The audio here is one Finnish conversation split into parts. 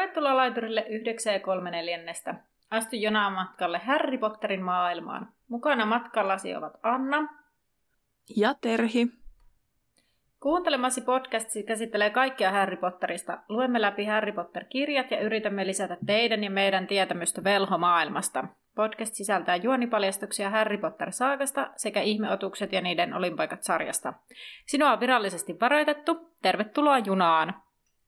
Tervetuloa laiturille 9,3/4. Astu junaan matkalle Harry Potterin maailmaan. Mukana matkallasi ovat Anna ja Terhi. Kuuntelemasi podcast käsittelee kaikkia Harry Potterista. Luemme läpi Harry Potter-kirjat ja yritämme lisätä teidän ja meidän tietämystä velhomaailmasta. Podcast sisältää juonipaljastuksia Harry Potter-saagasta sekä ihmeotukset ja niiden olinpaikat-sarjasta. Sinua on virallisesti varoitettu. Tervetuloa junaan!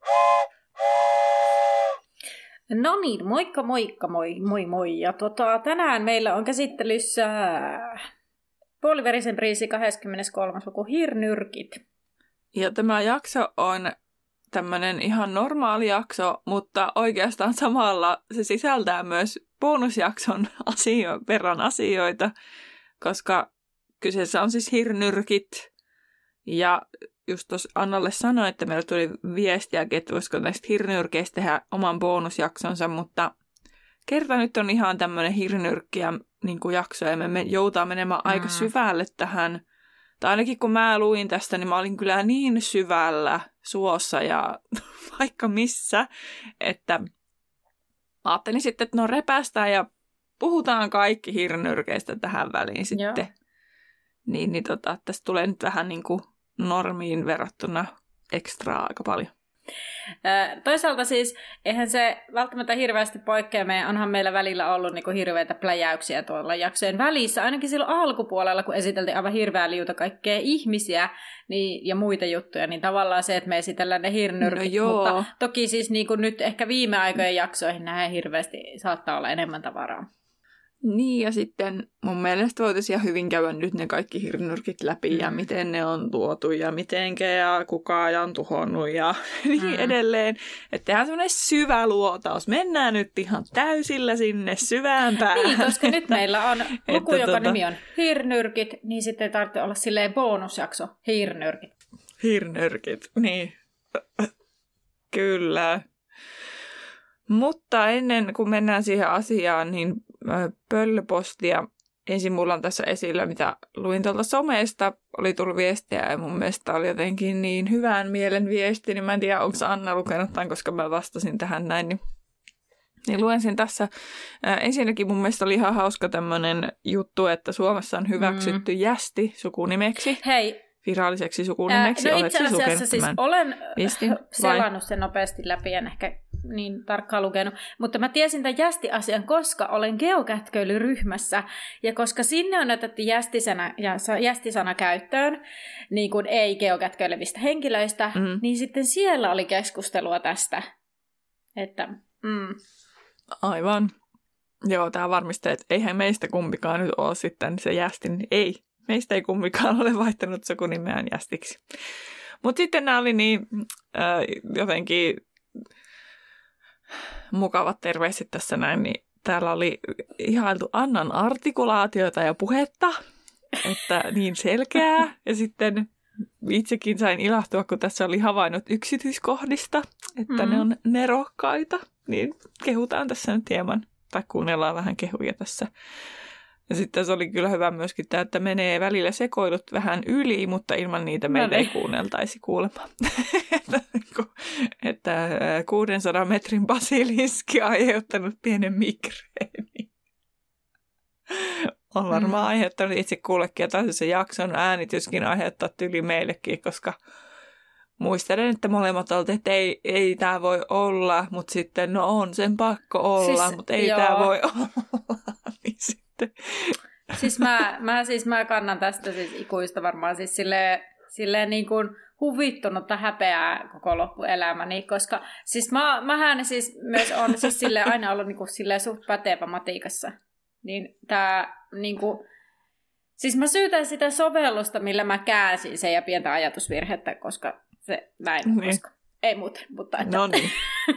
No niin, moikka, moi. Ja tänään meillä on käsittelyssä Puoliverisen priisi 23. luku Hirnyrkit. Ja tämä jakso on tämmöinen ihan normaali jakso, mutta oikeastaan samalla se sisältää myös bonusjakson verran asioita, koska kyseessä on siis Hirnyrkit. Ja just tuossa Annalle sanoi, että meillä tuli viestiäkin, että voisiko näistä hirnyrkeistä tehdä oman bonusjaksonsa, mutta kerta nyt on ihan tämmöinen hirnyrkkiä niin kuin jakso, ja me joutaa menemään aika syvälle tähän. Tai ainakin kun mä luin tästä, niin mä olin kyllä niin syvällä suossa ja vaikka missä, että mä ajattelin sitten, että no repästään ja puhutaan kaikki hirnyrkeistä tähän väliin sitten. Niin tästä tulee nyt vähän niin kuin normiin verrattuna ekstraa aika paljon. Toisaalta siis eihän se välttämättä hirveästi poikkea. Onhan meillä välillä ollut niinku hirveitä pläjäyksiä tuolla jaksojen välissä. Ainakin silloin alkupuolella, kun esiteltiin aivan hirveää liuta kaikkea ihmisiä ja muita juttuja, niin tavallaan se, että me esitellään ne hirnyrkit. No mutta toki siis niinku nyt ehkä viime aikojen jaksoihin nähdään hirveästi saattaa olla enemmän tavaraa. Niin, ja sitten mun mielestä voitaisiin ihan hyvin käydä nyt ne kaikki hirnyrkit läpi ja miten ne on tuotu ja mitenkä ja kuka on tuhonnut ja niin edelleen. Että tehdään semmoinen syvä luotaus. Mennään nyt ihan täysillä sinne syvään päähän. Niin, koska nyt meillä on luku, joka nimi on Hirnyrkit, niin sitten ei tarvitse olla silleen bonusjakso Hirnyrkit. Hirnyrkit, niin. Kyllä. Mutta ennen kuin mennään siihen asiaan, niin pöllöpostia. Ensin mulla on tässä esillä, mitä luin tuolta somesta. Oli tullut viestiä ja mun mielestä oli jotenkin niin hyvän mielen viesti, niin mä en tiedä, onko Anna lukenut tämän, koska mä vastasin tähän näin. Niin luen sen tässä. Ensinnäkin mun mielestä oli ihan hauska tämmöinen juttu, että Suomessa on hyväksytty jästi sukunimeksi. Hei. Viralliseksi sukunimeksi. No itse asiassa siis olen selannut sen nopeasti läpi, en ehkä niin tarkkaan lukenut, mutta mä tiesin tämän jästi-asian, koska olen geokätköilyryhmässä, ja koska sinne on otettu jästisana käyttöön, niin kuin ei geokätköilevistä henkilöistä, niin sitten siellä oli keskustelua tästä. Että, Aivan. Joo, tämä varmistaa, että eihän meistä kumpikaan nyt ole sitten se jästi, niin ei. Meistä ei kumpikaan ole vaihtanut sukunimeään jästiksi. Mutta sitten nämä oli niin jotenkin mukavat terveiset tässä näin, niin täällä oli ihailtu Annan artikulaatioita ja puhetta, että niin selkeää. Ja sitten itsekin sain ilahtua, kun tässä oli havainnut yksityiskohdista, että ne on nerokkaita. Niin kehutaan tässä nyt hieman, tai kuunnellaan vähän kehuja tässä. Ja sitten se oli kyllä hyvä myöskin tämä, että menee välillä sekoilut vähän yli, mutta ilman niitä meitä ei kuunneltaisi kuulemma. että 600 metrin basiliski aiheuttanut pienen migreeni. On varmaan aiheuttanut itse kullekin, ja taisi se jakson äänityskin aiheuttaa tyli meillekin, koska muistelen, että molemmat oltiin, että ei tämä voi olla, mutta sitten no on sen pakko olla, siis, mutta ei tämä voi olla. Niin Siis mä kannan tästä siis ikuista varmaan siis silleen niin kuin huvittunutta häpeää koko loppuelämäni, koska siis mähän siis myös on siis silleen aina ollut niin kuin silleen suht pätevä matiikassa. Niin tää niinku siis mä syytän sitä sovellusta, millä mä käänsin sen ja pientä ajatusvirhettä, koska se näin, niin. Koska ei muuten, mutta että. No niin.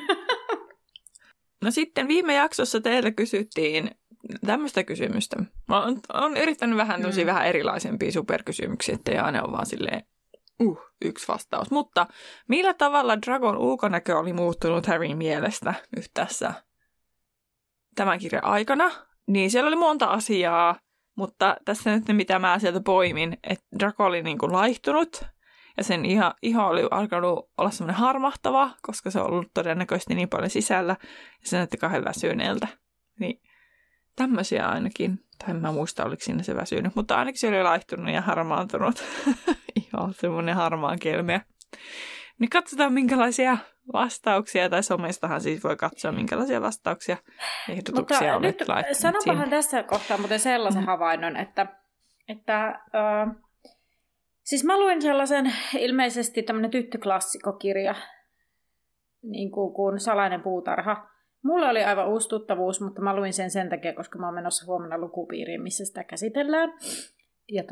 No sitten viime jaksossa teiltä kysyttiin tämmöistä kysymystä. Mä oon yrittänyt vähän tämmöisiä vähän erilaisempia superkysymyksiä, ettei aina ole vaan silleen yksi vastaus. Mutta millä tavalla Dragon ulkonäkö oli muuttunut Harryn mielestä nyt tässä tämän kirjan aikana? Niin siellä oli monta asiaa, mutta tässä nyt ne, mitä mä sieltä poimin, että Draco oli niin kuin laihtunut ja sen iho oli alkanut olla semmoinen harmahtava, koska se on ollut todennäköisesti niin paljon sisällä, ja se näytti kauhean väsyneeltä. Niin tämmöisiä ainakin, tai en mä muista, oliko siinä se väsynyt, mutta ainakin se oli laihtunut ja harmaantunut. Iho, semmoinen harmaan kelmeä. Niin katsotaan, minkälaisia vastauksia, tai somestahan siis voi katsoa, minkälaisia vastauksia, ehdotuksia olet laittanut. Sanopahan tässä kohtaa muuten sellaisen havainnon, siis mä luin sellaisen ilmeisesti tämmöinen tyttöklassikokirja, niin kuin Salainen puutarha. Mulla oli aivan uusi tuttavuus, mutta mä luin sen takia, koska mä oon menossa huomenna lukupiiriin, missä sitä käsitellään. Ja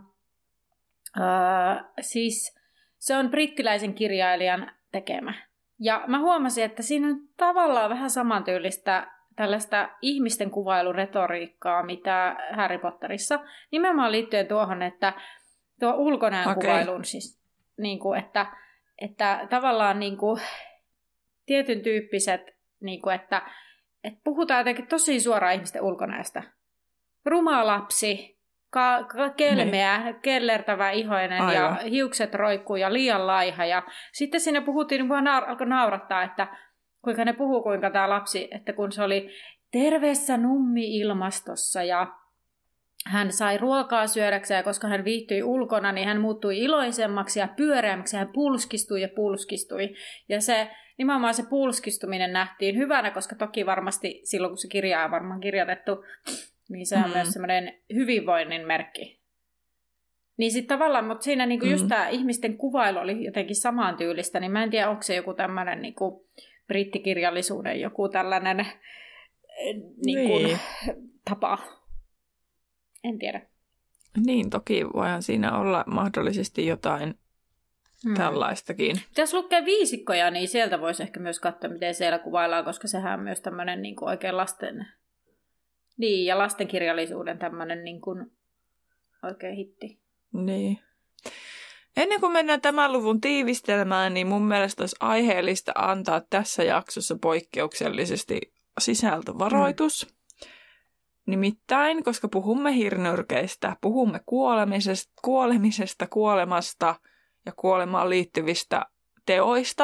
siis se on brittiläisen kirjailijan tekemä. Ja mä huomasin, että siinä on tavallaan vähän samantyylistä tällaista ihmisten kuvailuretoriikkaa, mitä Harry Potterissa. Nimenomaan liittyen tuohon, että tuo ulkonäön kuvailuun siis, niin kuin, että tavallaan niin kuin, tietyn tyyppiset, niin kuin, että puhutaan jotenkin tosi suoraan ihmisten ulkonäöstä. Ruma lapsi, kelmeä, kellertävä ihoinen ja hiukset roikkuu ja liian laiha. Ja sitten siinä puhuttiin, kun alkoi naurattaa, että kuinka ne puhuu, kuinka tämä lapsi, että kun se oli terveessä nummi-ilmastossa ja hän sai ruokaa syödäkseen, ja koska hän viihtyi ulkona, niin hän muuttui iloisemmaksi ja pyöreämmäksi, ja hän pulskistui ja pulskistui. Ja se, nimenomaan se pulskistuminen nähtiin hyvänä, koska toki varmasti silloin, kun se kirja on varmaan kirjoitettu, niin se on myös semmoinen hyvinvoinnin merkki. Niin sitten tavallaan, mutta siinä niinku just tämä ihmisten kuvailu oli jotenkin samantyylistä, niin mä en tiedä, onko se joku tämmöinen niinku brittikirjallisuuden joku tällainen niinku tapa. En tiedä. Niin, toki voihan siinä olla mahdollisesti jotain tällaistakin. Jos lukee viisikkoja, niin sieltä voisi ehkä myös katsoa, miten siellä kuvaillaan, koska sehän on myös tämmöinen niin kuin oikein lasten... Niin, ja lastenkirjallisuuden tämmöinen niin kuin oikein hitti. Niin. Ennen kuin mennään tämän luvun tiivistelmään, niin mun mielestä olisi aiheellista antaa tässä jaksossa poikkeuksellisesti sisältövaroitus. Nimittäin, koska puhumme hirnyrkeistä, puhumme kuolemisesta, kuolemasta ja kuolemaan liittyvistä teoista,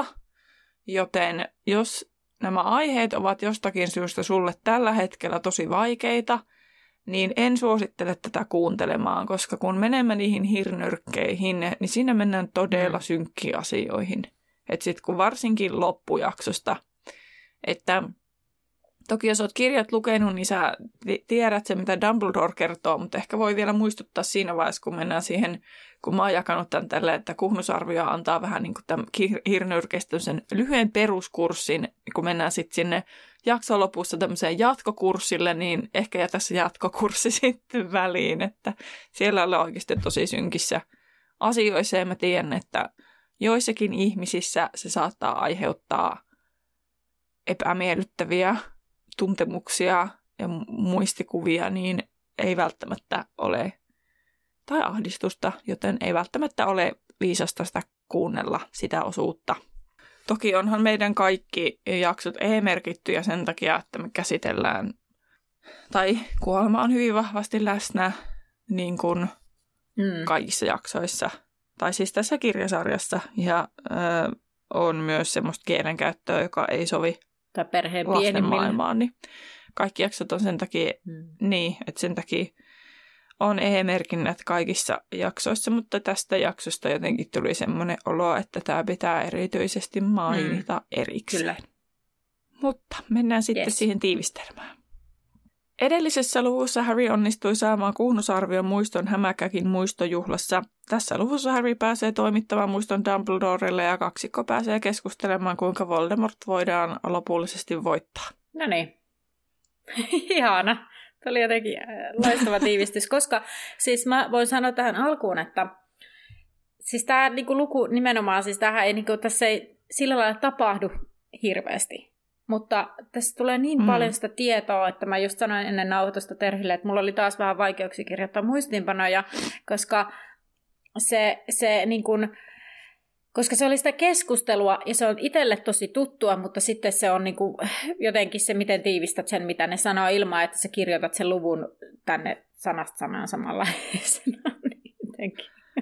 joten jos nämä aiheet ovat jostakin syystä sulle tällä hetkellä tosi vaikeita, niin en suosittele tätä kuuntelemaan, koska kun menemme niihin hirnyrkkeihin, niin siinä mennään todella synkkiin asioihin. Että sitten kun varsinkin loppujaksosta, että toki jos olet kirjat lukenut, niin sä tiedät sen, mitä Dumbledore kertoo, mutta ehkä voi vielä muistuttaa siinä vaiheessa, kun mennään siihen, kun mä oon jakanut tämän tälle, että Kuhnusarvio antaa vähän niin kuin tämän hirnyrkeistä sen lyhyen peruskurssin, kun mennään sitten sinne jakson lopussa tämmöiseen jatkokurssille, niin ehkä jätä se jatkokurssi sitten väliin, että siellä ollaan oikeasti tosi synkissä asioissa, ja mä tiedän, että joissakin ihmisissä se saattaa aiheuttaa epämiellyttäviä tuntemuksia ja muistikuvia, niin ei välttämättä ole, tai ahdistusta, joten ei välttämättä ole viisasta sitä kuunnella sitä osuutta. Toki onhan meidän kaikki jaksot e-merkittyjä sen takia, että me käsitellään, tai kuolema on hyvin vahvasti läsnä niin kuin kaikissa jaksoissa, tai siis tässä kirjasarjassa, ja on myös semmoista kielenkäyttöä, joka ei sovi tai perheen lasten maailmaan, niin kaikki jaksot on sen takia, niin, että sen takia on e-merkinnät kaikissa jaksoissa, mutta tästä jaksosta jotenkin tuli semmoinen olo, että tämä pitää erityisesti mainita erikseen. Kyllä. Mutta mennään sitten siihen tiivistelmään. Edellisessä luvussa Harry onnistui saamaan Kuhnusarvion muiston Hämäkäkin muistojuhlassa. Tässä luvussa Harry pääsee toimittamaan muiston Dumbledorelle ja kaksikko pääsee keskustelemaan, kuinka Voldemort voidaan lopullisesti voittaa. No niin. Ihana. Tämä oli jotenkin loistava tiivistys, koska siis mä voin sanoa tähän alkuun, että siis tämä niinku luku nimenomaan, siis tämähän ei, niinku, tässä ei sillä lailla tapahdu hirveästi. Mutta tässä tulee niin paljon sitä tietoa, että mä just sanoin ennen nauhoitusta Terhille, että mulla oli taas vähän vaikeuksia kirjoittaa muistiinpanoja, koska se niin kuin, koska se oli sitä keskustelua ja se on itselle tosi tuttua, mutta sitten se on niin kuin, jotenkin se, miten tiivistät sen, mitä ne sanoo ilman, että sä kirjoitat sen luvun tänne sanasta sanaan samanlaisena.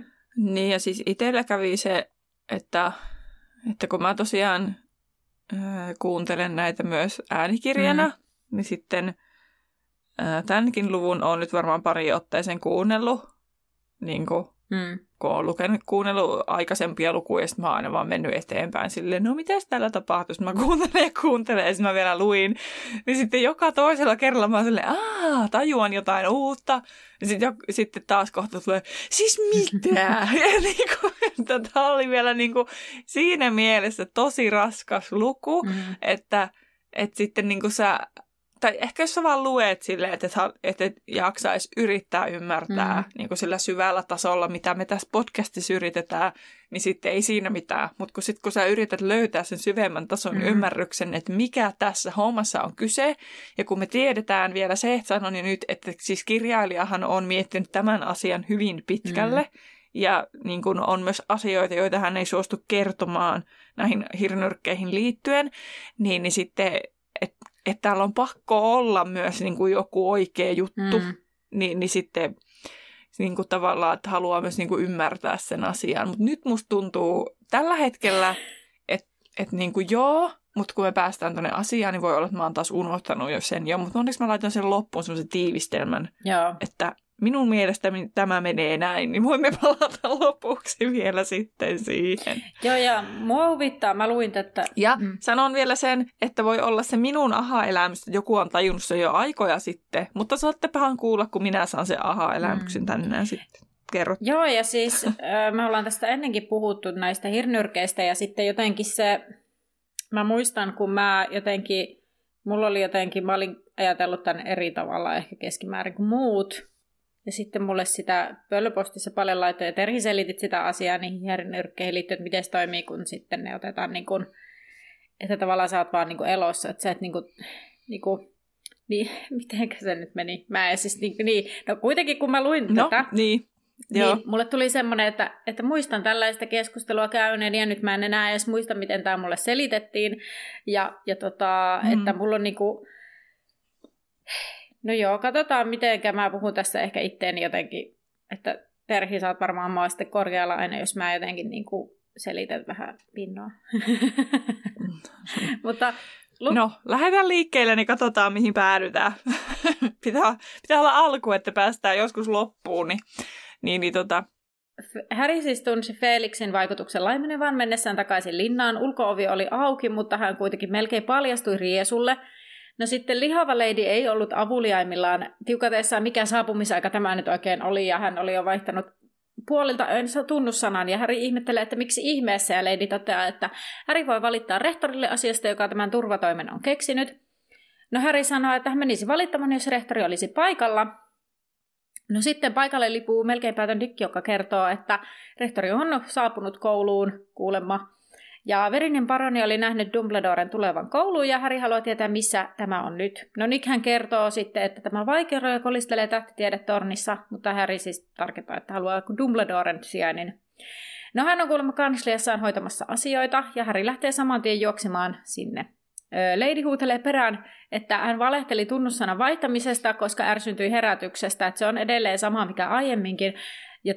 Niin ja siis itsellä kävi se, että kun mä tosiaan kuuntelen näitä myös äänikirjana, niin sitten tämänkin luvun on nyt varmaan pari otteeseen kuunnellut, niin kun on kuunnellut aikaisempia lukuja, ja sitten mä oon aina vaan mennyt eteenpäin silleen, no mitäs täällä tapahtuu? Sitten mä kuuntelen, ja sitten mä vielä luin. Niin sitten joka toisella kerralla mä oon silleen, tajuan jotain uutta. Ja sitten taas kohta tulee, siis mitä? Tämä oli vielä niin kuin siinä mielessä tosi raskas luku, että sitten niin kuin tai ehkä jos sä vaan luet silleen, että et jaksaisi yrittää ymmärtää niin kuin sillä syvällä tasolla, mitä me tässä podcastissa yritetään, niin sitten ei siinä mitään. Mutta kun sä yrität löytää sen syvemmän tason ymmärryksen, että mikä tässä hommassa on kyse, ja kun me tiedetään vielä se, että sanon jo nyt, että siis kirjailijahan on miettinyt tämän asian hyvin pitkälle, ja niin kuin on myös asioita, joita hän ei suostu kertomaan näihin hirnyrkkeihin liittyen, niin sitten että täällä on pakko olla myös niin kuin joku oikea juttu, niin sitten niin kuin tavallaan, että haluaa myös niin kuin ymmärtää sen asian. Mutta nyt musta tuntuu tällä hetkellä, että niin kuin joo, mutta kun me päästään tuonne asiaan, niin voi olla, että mä oon taas unohtanut jo sen jo. Mutta onneksi mä laitan sen loppuun semmoisen tiivistelmän, että minun mielestäni tämä menee näin, niin voimme palata lopuksi vielä sitten siihen. Joo, ja mua huvittaa, mä luin tätä. Ja sanon vielä sen, että voi olla se minun aha-elämys, että joku on tajunnut se jo aikoja sitten, mutta saattepahan kuulla, kun minä saan sen aha-elämyksen tänään sitten. Kerrot. Joo, ja siis me ollaan tästä ennenkin puhuttu näistä hirnyrkeistä, ja sitten jotenkin se, mä muistan, kun mä olin ajatellut tämän eri tavalla ehkä keskimäärin kuin muut. Ja sitten mulle sitä pöllöpostissa paljon laitoi, että eri selitit sitä asiaa niihin hirnyrkkeihin liittyen, että miten se toimii, kun sitten ne otetaan niin kuin, että tavallaan sä oot vaan niin kuin elossa, että sä et niin, mitenkä se nyt meni? Mä en siis niin, no kuitenkin kun mä luin tätä, niin mulle tuli semmoinen, että muistan tällaista keskustelua käyneen, ja nyt mä en enää edes muista, miten tämä mulle selitettiin, että mulla on niinku. No joo, katsotaan mitenkä mä puhun tässä ehkä itteeni jotenkin, että Terhi, sä oot varmaan maa sitten korkealla aina, jos mä jotenkin niin kuin selitän vähän pinnoa. Mutta no, lähdetään liikkeelle, niin katsotaan mihin päädytään. pitää olla alku, että päästään joskus loppuun. Harry siis tunsi Felixin vaikutuksen laimenevaan mennessään takaisin linnaan. Ulko-ovi oli auki, mutta hän kuitenkin melkein paljastui Riesulle. No sitten lihava lady ei ollut avuliaimillaan tiukateessaan, mikä saapumisaika tämä nyt oikein oli, ja hän oli jo vaihtanut puolilta tunnussanan, ja Harry ihmettelee, että miksi ihmeessä, ja lady toteaa, että Harry voi valittaa rehtorille asiasta, joka tämän turvatoimen on keksinyt. No Harry sanoo, että hän menisi valittamaan, jos rehtori olisi paikalla. No sitten paikalle lipuu melkein päätön Dick, joka kertoo, että rehtori on saapunut kouluun kuulemma. Ja verinen paroni oli nähnyt Dumbledoren tulevan kouluun, ja Harry haluaa tietää, missä tämä on nyt. No Nick hän kertoo sitten, että tämä vaikeroja kolistelee tähtitiedetornissa, mutta Harry siis tarkentaa, että haluaa Dumbledoren sijainnin. No hän on kuulemma kansliassaan hoitamassa asioita, ja Harry lähtee saman tien juoksemaan sinne. Lady huutelee perään, että hän valehteli tunnussanan vaihtamisesta, koska ärsyntyi herätyksestä, että se on edelleen sama mikä aiemminkin. Ja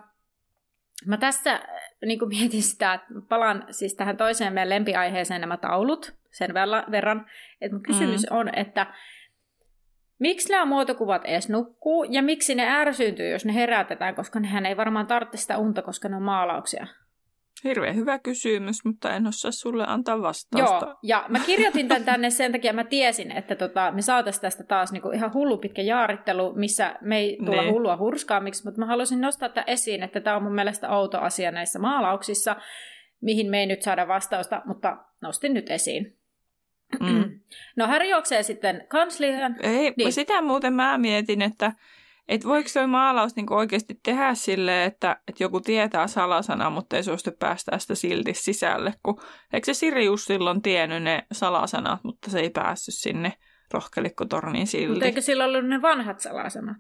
mä tässä niin kuin mietin sitä, että palaan siis tähän toiseen meidän lempiaiheeseen nämä taulut sen verran, että mun kysymys on, että miksi nämä muotokuvat edes nukkuu ja miksi ne ärsyyntyy, jos ne herätetään, koska nehän ei varmaan tarvitse sitä unta, koska ne on maalauksia. Hirveän hyvä kysymys, mutta en osaa sulle antaa vastausta. Joo, ja mä kirjoitin tämän tänne sen takia, mä tiesin, että me saataisiin tästä taas niinku ihan hullu pitkä jaarittelu, missä me ei tulla hullua hurskaamiksi, mutta mä haluaisin nostaa tämän esiin, että tämä on mun mielestä outo asia näissä maalauksissa, mihin me ei nyt saada vastausta, mutta nostin nyt esiin. No Harry juoksee sitten kansliaan. Ei, sitä muuten mä mietin, että voiko toi maalaus niinku oikeasti tehdä silleen, että joku tietää salasanaa, mutta ei suostu päästä sitä silti sisälle, kun eikö se Sirius silloin tiennyt ne salasanat, mutta se ei päässyt sinne rohkelikkotorniin silti. Mutta eikö sillä ollut ne vanhat salasanat?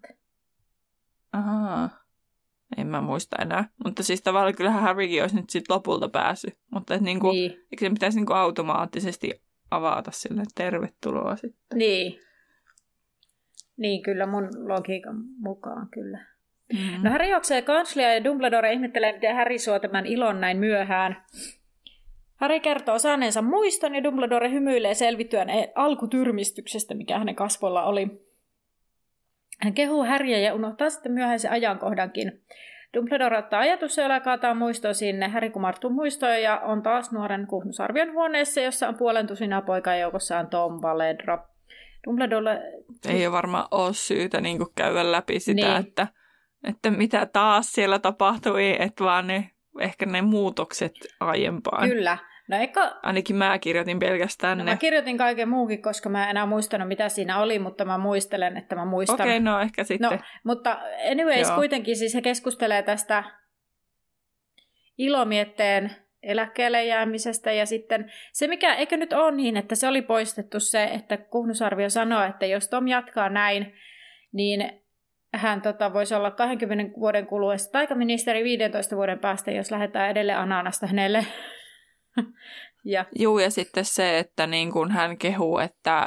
Ahaa, en mä muista enää. Mutta siis tavallaan kyllähän Harrykin olisi nyt sit lopulta päässyt, mutta niinku, eikö se pitäisi niinku automaattisesti avata sille tervetuloa sitten? Niin, kyllä mun logiikan mukaan kyllä. No Harry juoksee kansliaan ja Dumbledore ihmettelee, miten Harry suo tämän ilon näin myöhään. Harry kertoo saaneensa muiston ja Dumbledore hymyilee selvittyään alkutyrmistyksestä, mikä hänen kasvoilla oli. Hän kehuu Harryä ja unohtaa sitten myöhäisen ajankohdankin. Dumbledore ottaa ajatusseulaa ja kaataa muistoa sinne. Harry kumartuu muistoon ja on taas nuoren Kuhnusarvion huoneessa, jossa on puolen tusinaa poikaa joukossaan Tom Valedro. Dumbledore... Ei varmaan ole syytä niin käydä läpi sitä, niin. että mitä taas siellä tapahtui, että vaan ehkä ne muutokset aiempaan. Kyllä. No ainakin mä kirjoitin pelkästään ne. Mä kirjoitin kaiken muukin, koska mä en enää muistanut, mitä siinä oli, mutta mä muistelen, että mä muistan. Okei, no ehkä sitten. No, mutta anyways, kuitenkin siis he keskustelee tästä ilomietteen eläkkeelle jäämisestä ja sitten se, mikä eikö nyt ole niin, että se oli poistettu se, että Kuhnusarvio sanoo, että jos Tom jatkaa näin, niin hän voisi olla 20 vuoden kuluessa taikaministeri 15 vuoden päästä, jos lähdetään edelleen ananasta hänelle. Ja sitten se, että niin kun hän kehuu, että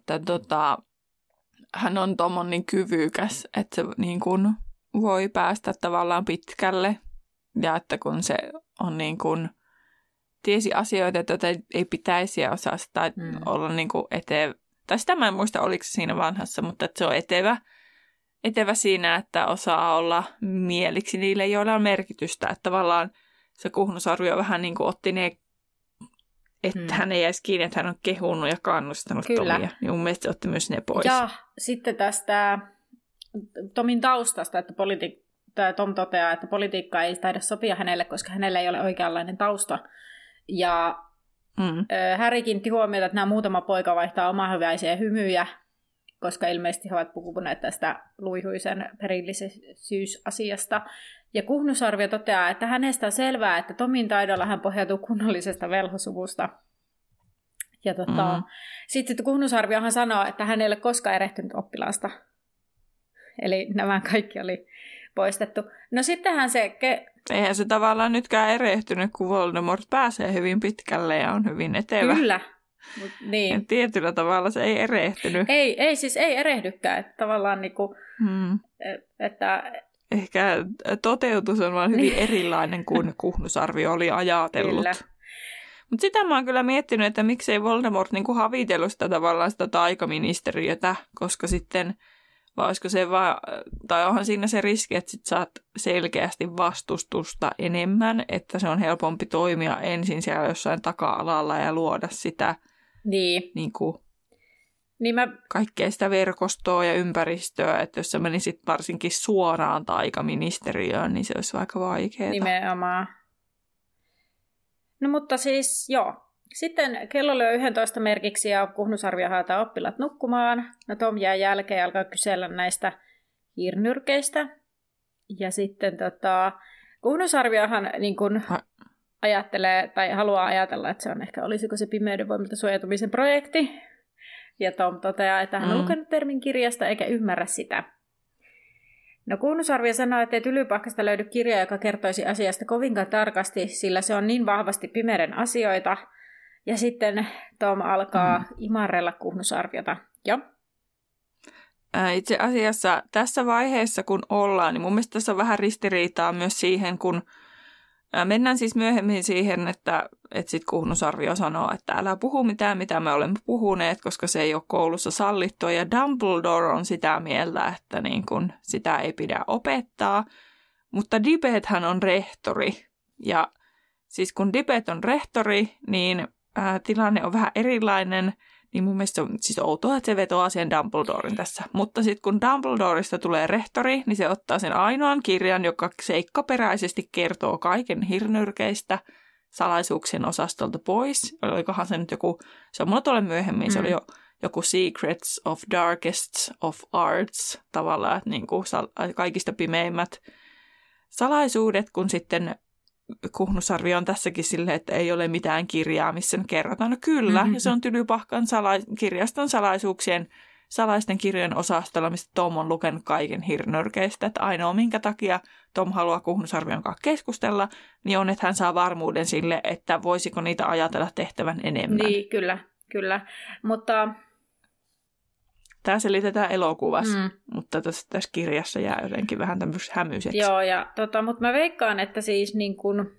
hän on tommonen niin kyvykäs, että se niin kun voi päästä tavallaan pitkälle. Ja että kun se on niin kun tiesi asioita, että ei pitäisi osaa tai olla niin kun etevä. Tai sitä mä en muista, oliko se siinä vanhassa, mutta että se on etevä siinä, että osaa olla mieliksi niille, joilla on merkitystä. Että tavallaan se Kuhnusarvio vähän niin kuin otti ne, että hän ei jäisi kiinni, että hän on kehunut ja kannustanut Tomia. Niin mun mielestä se otti myös ne pois. Ja sitten tästä Tomin taustasta, että Tom toteaa, että politiikka ei taida sopia hänelle, koska hänellä ei ole oikeanlainen tausta. Ja Harry kiinnitti huomiota, että nämä muutama poika vaihtaa omahyväisiä hymyjä, koska ilmeisesti he ovat puhuneet tästä luihuisen perillisyysasiasta. Ja Kuhnusarvio toteaa, että hänestä on selvää, että Tomin taidolla hän pohjautuu kunnollisesta velhosuvusta. Ja sitten Kuhnusarviohan sanoo, että hän ei ole koskaan erehtynyt oppilaasta. Eli nämä kaikki oli poistettu. No sittenhän se... Eihän se tavallaan nytkään erehtynyt, kun Voldemort pääsee hyvin pitkälle ja on hyvin etevä. Kyllä. Niin. Ja tietyllä tavalla se ei erehtynyt. Ei siis ei erehdykään. Että tavallaan niinku, että... Ehkä toteutus on vaan hyvin erilainen kuin Kuhnusarvio oli ajatellut. Mutta sitä mä oon kyllä miettinyt, että miksei Voldemort niinku havitellut sitä tavallaan sitä taikaministeriötä, koska sitten, vai olisiko se vaan, tai onhan siinä se riski, että sit saat selkeästi vastustusta enemmän, että se on helpompi toimia ensin siellä jossain taka-alalla ja luoda sitä niinku, kaikkea sitä verkostoa ja ympäristöä, että jos sä menisit varsinkin suoraan taikaministeriöön, niin se olisi aika vaikeaa. Nimenomaan. No mutta siis joo. Sitten kello lyö 11 merkiksi ja Kuhnusarvio haetaan oppilaat nukkumaan. No Tom jää jälkeen ja alkaa kysellä näistä hiirnyrkeistä. Ja sitten Kuhnusarviohan niin kun ajattelee tai haluaa ajatella, että se on ehkä, olisiko se pimeyden voimilta suojautumisen projekti. Ja Tom toteaa, että hän on lukenut termin kirjasta eikä ymmärrä sitä. No Kuhnusarvio sanoo, että ei Tylypahkasta löydy kirja, joka kertoisi asiasta kovinkaan tarkasti, sillä se on niin vahvasti pimeyden asioita. Ja sitten Tom alkaa imarrella Kuhnusarviota. Ja? Itse asiassa tässä vaiheessa, kun ollaan, niin mun mielestä tässä on vähän ristiriitaa myös siihen, kun mennään siis myöhemmin siihen, että sitten Kuhnusarvio sanoo, että älä puhu mitään, mitä me olemme puhuneet, koska se ei ole koulussa sallittua. Ja Dumbledore on sitä mieltä, että niin kun sitä ei pidä opettaa. Mutta Dibbethän on rehtori. Ja siis kun Dibbet on rehtori, niin tilanne on vähän erilainen. Niin mun mielestä se on siis outoa, että se vetoaa sen Dumbledoren tässä. Mutta sitten kun Dumbledoresta tulee rehtori, niin se ottaa sen ainoan kirjan, joka seikkaperäisesti kertoo kaiken hirnyrkeistä salaisuuksien osastolta pois. Olikohan se nyt joku, se on mulla tuolle myöhemmin, se oli joku Secrets of Darkest of Arts tavallaan, että niin kuin kaikista pimeimmät salaisuudet, kun sitten Kuhnusarvio on tässäkin silleen, että ei ole mitään kirjaa, missä nyt kerrotaan. No kyllä, ja se on Tylypahkan kirjaston salaisten kirjojen osastolla, mistä Tom on lukenut kaiken hirnörkeistä. Että ainoa, minkä takia Tom haluaa Kuhnusarvion kanssa keskustella, niin on, että hän saa varmuuden sille, että voisiko niitä ajatella tehtävän enemmän. Niin, kyllä. Mutta Tämä selitetään elokuvassa, mutta tässä kirjassa jää jotenkin vähän tämmöiseksi hämyiseksi. Joo, mutta mä veikkaan, että siis niin kun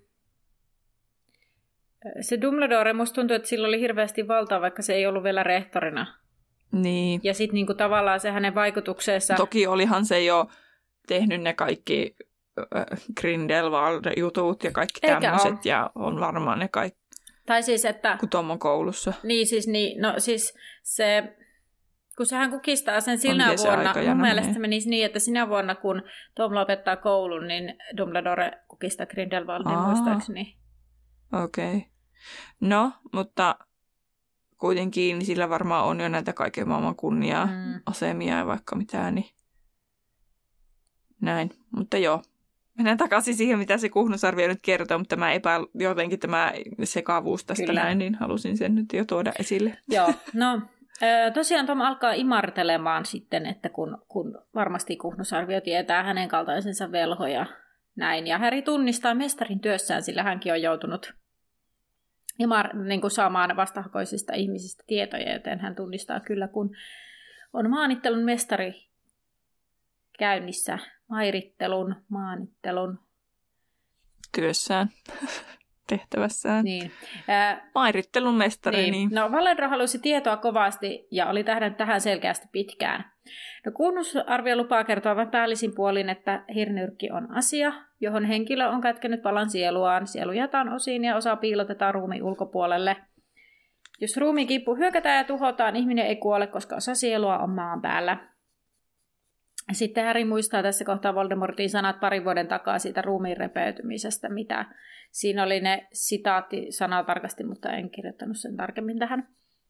se Dumbledore, musta tuntuu, että sillä oli hirveästi valtaa, vaikka se ei ollut vielä rehtorina. Niin. Ja sitten niin tavallaan se hänen vaikutuksensa... Toki olihan se jo tehnyt ne kaikki Grindelwald-jutut ja kaikki tämmöiset, ja on varmaan ne kaikki. Tai siis, että... Kun Tom on koulussa. Niin, siis se... Kun sehän kukistaa sen sinä vuonna, mun mielestä menisi niin, että sinä vuonna, kun Tom lopettaa koulun, niin Dumbledore kukistaa Grindelwaldin muistaakseni. Okei. Okay. No, mutta kuitenkin sillä varmaan on jo näitä kaiken maailman kunnia-asemia ja vaikka mitään, niin näin. Mutta joo, mennään takaisin siihen, mitä se Kuhnusarvio nyt kertoo, mutta jotenkin tämä sekavuus tästä näin, niin halusin sen nyt jo tuoda esille. Joo, no tosiaan Tom alkaa imartelemaan sitten, että kun varmasti Kuhnusarvio tietää hänen kaltaisensa velhoja näin, ja Harry tunnistaa mestarin työssään, sillä hänkin on joutunut niin kuin saamaan vastahakoisista ihmisistä tietoja, joten hän tunnistaa kyllä, kun on maanittelun mestari käynnissä, maanittelun työssään, tehtävässään. Niin. Mairittelun mestari. Niin. No, Valenro halusi tietoa kovasti ja oli tähdännyt tähän selkeästi pitkään. No, Kuhnusarvio lupaa kertoa vain päällisin puolin, että hirnyrkki on asia, johon henkilö on kätkenyt palan sieluaan. Sielu jaetaan osiin ja osa piilotetaan ruumiin ulkopuolelle. Jos ruumiin kiippu hyökätään ja tuhotaan, ihminen ei kuole, koska osa sielua on maan päällä. Sitten Harry muistaa tässä kohtaa Voldemortin sanat 2 vuoden takaa siitä ruumiin repeytymisestä, mitä siinä oli ne sitaattisanaa tarkasti, mutta en kirjoittanut sen tarkemmin tähän.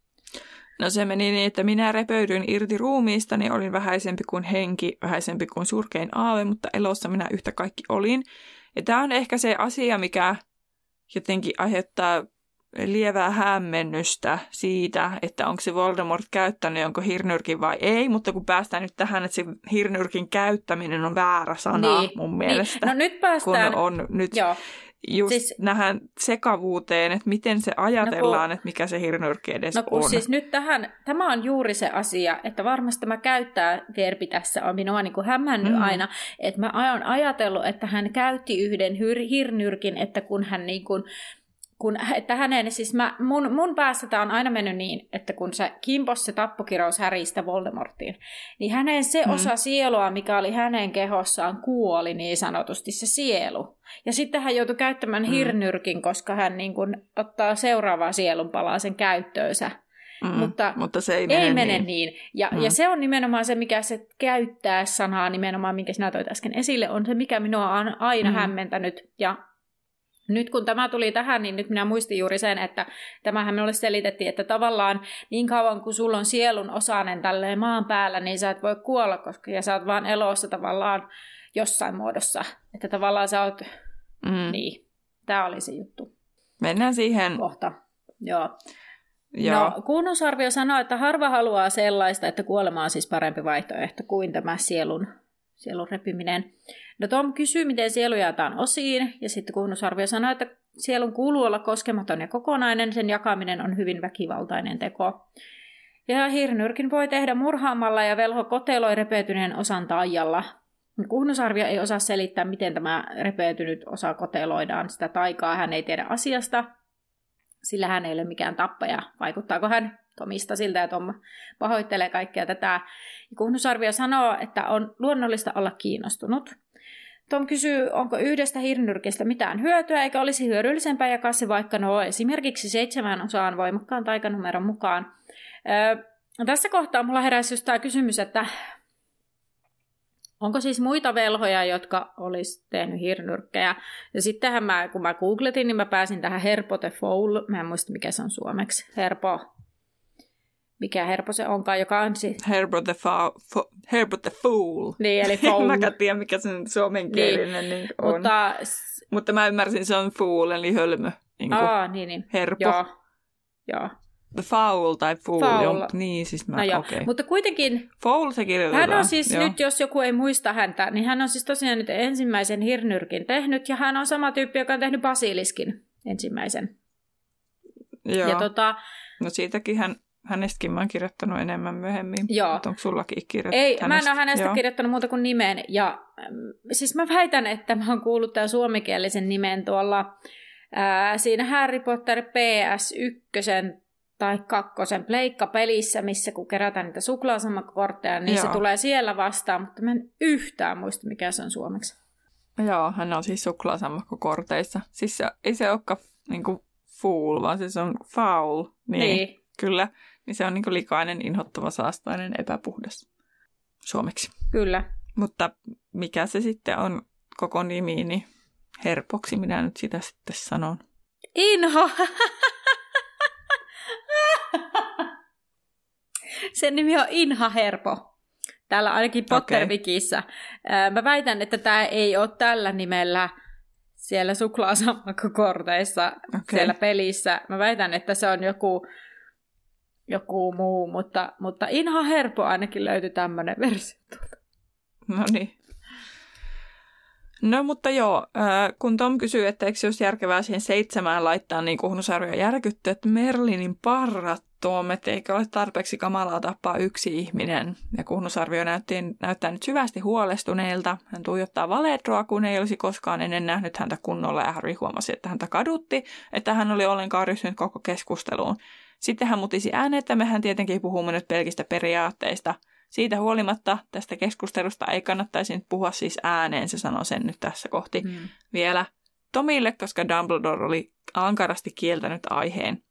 No se meni niin, että minä repöydyin irti ruumiistani, olin vähäisempi kuin henki, vähäisempi kuin surkein aave, mutta elossa minä yhtä kaikki olin. Ja tämä on ehkä se asia, mikä jotenkin aiheuttaa lievää hämmennystä siitä, että onko se Voldemort käyttänyt jonkun hirnyrkin vai ei, mutta kun päästään nyt tähän, että se hirnyrkin käyttäminen on väärä sana mun mielestä. No nyt päästään. Kun on nyt just siis nähdään sekavuuteen, että miten se ajatellaan, että mikä se hirnyrkki edes on. No kun siis nyt tämä on juuri se asia, että varmasti tämä käyttää-verbi tässä on minua niin kuin hämmännyt aina, että mä oon ajatellut, että hän käytti yhden hirnyrkin, että kun hän niin kuin että hänen, siis mun päässä tämä on aina mennyt niin, että kun se kimpos se tappokirous Harrystä Voldemortiin, niin hänen se osa sielua, mikä oli hänen kehossaan, kuoli niin sanotusti se sielu. Ja sitten hän joutui käyttämään hirnyrkin, koska hän niin kuin ottaa seuraavaa sielunpalaa sen käyttöönsä. Mutta se ei mene niin. Ja se on nimenomaan se, mikä se käyttää sanaa nimenomaan, minkä sinä toit äsken esille, on se, mikä minua on aina hämmentänyt. Ja nyt kun tämä tuli tähän, niin nyt minä muistin juuri sen, että tämähän minulle selitettiin, että tavallaan niin kauan kun sulla on sielun osainen tälleen maan päällä, niin sä et voi kuolla, koska ja sä oot vaan elossa tavallaan jossain muodossa. Että tavallaan sä oot, niin, tää oli se juttu. Mennään siihen. Kohta, joo. No, Kuhnusarvio sanoo, että harva haluaa sellaista, että kuolema on siis parempi vaihtoehto kuin tämä sielun repiminen. No Tom kysyy, miten sielu jaetaan osiin, ja sitten Kuhnusarvio sanoo, että sielun kuuluu olla koskematon ja kokonainen, sen jakaminen on hyvin väkivaltainen teko. Ja hirnyrkin voi tehdä murhaamalla ja velho koteloi repeytyneen osan taijalla. Kuhnusarvio ei osaa selittää, miten tämä repeytynyt osa koteloidaan. Sitä taikaa hän ei tiedä asiasta, sillä hän ei ole mikään tappaja. Vaikuttaako hän Tomista siltä, ja Tom pahoittelee kaikkea tätä. Kuhnusarvio sanoo, että on luonnollista olla kiinnostunut. Tom kysyy, onko yhdestä hirnyrkistä mitään hyötyä, eikä olisi hyödyllisempää jakaa se vaikka esimerkiksi 7 osaan voimakkaan taikanumeron mukaan. Tässä kohtaa mulla heräsi just tämä kysymys, että onko siis muita velhoja, jotka olisi tehnyt hirnyrkkejä. Ja sittenhän kun mä googletin, niin mä pääsin tähän Herpo the Fool. Mä en muista, mikä se on suomeksi. Mikä Herpo se onkaan, joka on siis... Herpo the Fool. Niin, eli Fool. En mäkään tiedä, mikä sen suomenkielinen niin on. Mutta mä ymmärsin, se on Fool, eli hölmö. Niin. Herpo. Joo. The Foul tai Fool. Niin, siis okei. Mutta kuitenkin... Foul se kirjoitetaan. Hän on siis nyt, jos joku ei muista häntä, niin hän on siis tosiaan nyt ensimmäisen hirnyrkin tehnyt, ja hän on sama tyyppi, joka on tehnyt basiliskin ensimmäisen. Joo. Ja no siitäkin hän hänestäkin mä oon kirjoittanut enemmän myöhemmin. Joo. Onko sullakin kirjoittanut Ei, hänestä? mä en ole hänestä kirjoittanut muuta kuin nimen. Ja siis mä väitän, että mä oon kuullut tämän suomenkielisen nimen tuolla siinä Harry Potter PS1 tai 2 pleikkapelissä, missä kun kerätään niitä suklaasammakkokortteja, niin se tulee siellä vastaan, mutta mä en yhtään muista, mikä se on suomeksi. Joo, hän on siis suklaasammakkokorteissa. Siis ei se olekaan niinku fool, vaan se on foul. Niin. Kyllä. Niin se on niinku likainen, inhottava, saastainen, epäpuhdas suomeksi. Kyllä. Mutta mikä se sitten on koko nimi, niin herpoksi minä nyt sitä sitten sanon. Inho! Sen nimi on Inha Herpo. Täällä ainakin Potter-wikissä. Mä väitän, että tämä ei ole tällä nimellä siellä suklaasammakkokorteissa siellä pelissä. Mä väitän, että se on joku muu, mutta Inha Herpo ainakin löytyi tämmöinen versio. No niin. No mutta joo, kun Tom kysyy, että eikö se olisi järkevää siihen 7 laittaa niin Kuhnusarjoja järkytty, että Merlinin parrat Tom, että eikö ole tarpeeksi kamalaa tappaa yksi ihminen. Ja Kuhnusarvio näyttää nyt syvästi huolestuneelta. Hän tuijottaa Valedroa, kun ei olisi koskaan ennen nähnyt häntä kunnolla, ja Harry huomasi, että häntä kadutti, että hän oli ollenkaan ryhtynyt koko keskusteluun. Sitten hän mutisi ääneen, että mehän tietenkin puhumme nyt pelkistä periaatteista. Siitä huolimatta tästä keskustelusta ei kannattaisi nyt puhua siis ääneen, se sanoo sen nyt tässä kohti vielä Tomille, koska Dumbledore oli ankarasti kieltänyt aiheen.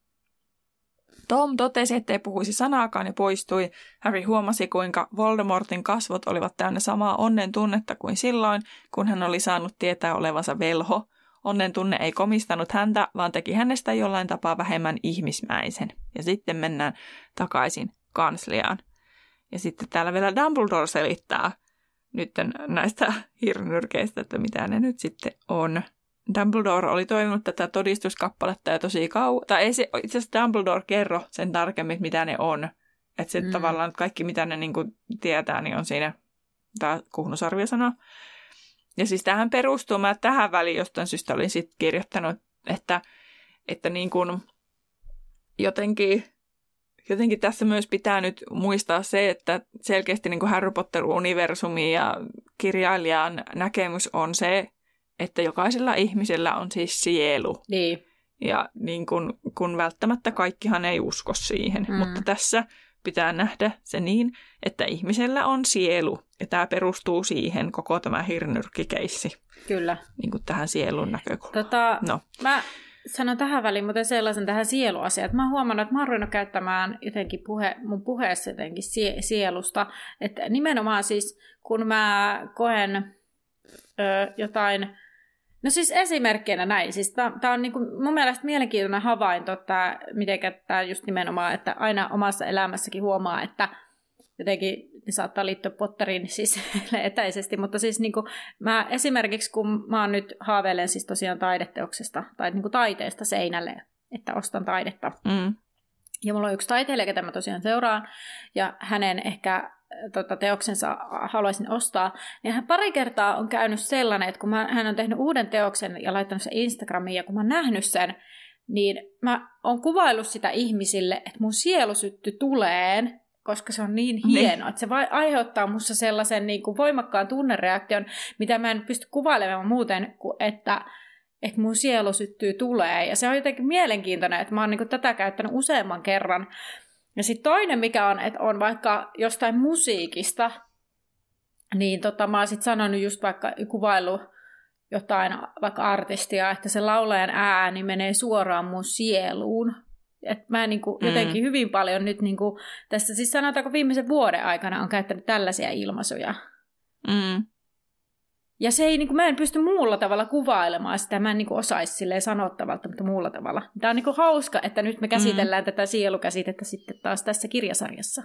Tom totesi, ettei puhuisi sanaakaan ja poistui. Harry huomasi, kuinka Voldemortin kasvot olivat täynnä samaa onnen tunnetta kuin silloin, kun hän oli saanut tietää olevansa velho. Onnen tunne ei komistanut häntä, vaan teki hänestä jollain tapaa vähemmän ihmismäisen. Ja sitten mennään takaisin kansliaan. Ja sitten täällä vielä Dumbledore selittää nyt näistä hirnyrkeistä, että mitä ne nyt sitten on. Dumbledore oli toivonut tätä todistuskappaletta jo tosi kauan. Tai ei se itse asiassa Dumbledore kerro sen tarkemmin, mitä ne on. Että se tavallaan kaikki, mitä ne niinku tietää, niin on siinä tämä Kuhnusarvio-sana. Ja siis tähän perustuu, mä tähän väliin jostain syystä olin sitten kirjoittanut, että niin kuin jotenkin tässä myös pitää nyt muistaa se, että selkeästi niin kuin Harry Potter-universumi ja kirjailijan näkemys on se, että jokaisella ihmisellä on siis sielu. Niin. Ja niin kun välttämättä kaikkihan ei usko siihen, mutta tässä pitää nähdä se niin, että ihmisellä on sielu. Ja tämä perustuu siihen koko tämä hirnyrkkikeissi. Kyllä. Niin kuin tähän sielun näkökulmaan. Mä sanon tähän väliin muuten sellaisen tähän sieluasiaan, että mä oon huomannut, että mä oon ruvennut käyttämään jotenkin mun puheessa jotenkin sielusta. Että nimenomaan siis, kun mä koen jotain. No siis esimerkkinä näin. Siis tämä on niinku mun mielestä mielenkiintoinen havainto, että miten tämä just nimenomaan, että aina omassa elämässäkin huomaa, että jotenkin ne saattaa liittyä Potteriin siis etäisesti, mutta siis niinku mä esimerkiksi kun mä oon nyt haaveilen siis tosiaan taideteoksesta tai niinku taiteesta seinälle, että ostan taidetta. Ja mulla on yksi taiteilija, ketä mä tosiaan seuraan, ja hänen ehkä teoksensa haluaisin ostaa, niin hän pari kertaa on käynyt sellainen, että kun hän on tehnyt uuden teoksen ja laittanut sen Instagramiin, ja kun mä oon nähnyt sen, niin mä oon kuvaillut sitä ihmisille, että mun sielu syttyi tuleen, koska se on niin hieno, että se aiheuttaa musta sellaisen niin kuin voimakkaan tunnereaktion, mitä mä en pysty kuvailemaan muuten, kuin että mun sielu syttyy tuleen. Ja se on jotenkin mielenkiintoinen, että mä oon niin kuin tätä käyttänyt useamman kerran. Ja sitten toinen, mikä on, että on vaikka jostain musiikista, niin mä oon sitten sanonut just vaikka kuvaillut jotain vaikka artistia, että se laulajan ääni menee suoraan mun sieluun. Että mä niinku jotenkin hyvin paljon nyt niinku, tässä siis sanotaanko viimeisen vuoden aikana on käyttänyt tällaisia ilmaisuja. Ja se ei, niinku, mä en pysty muulla tavalla kuvailemaan sitä, mä en niinku osaisi silleen sanottavalta, mutta muulla tavalla. Tämä on niinku hauska, että nyt me käsitellään tätä sielukäsitettä sitten taas tässä kirjasarjassa.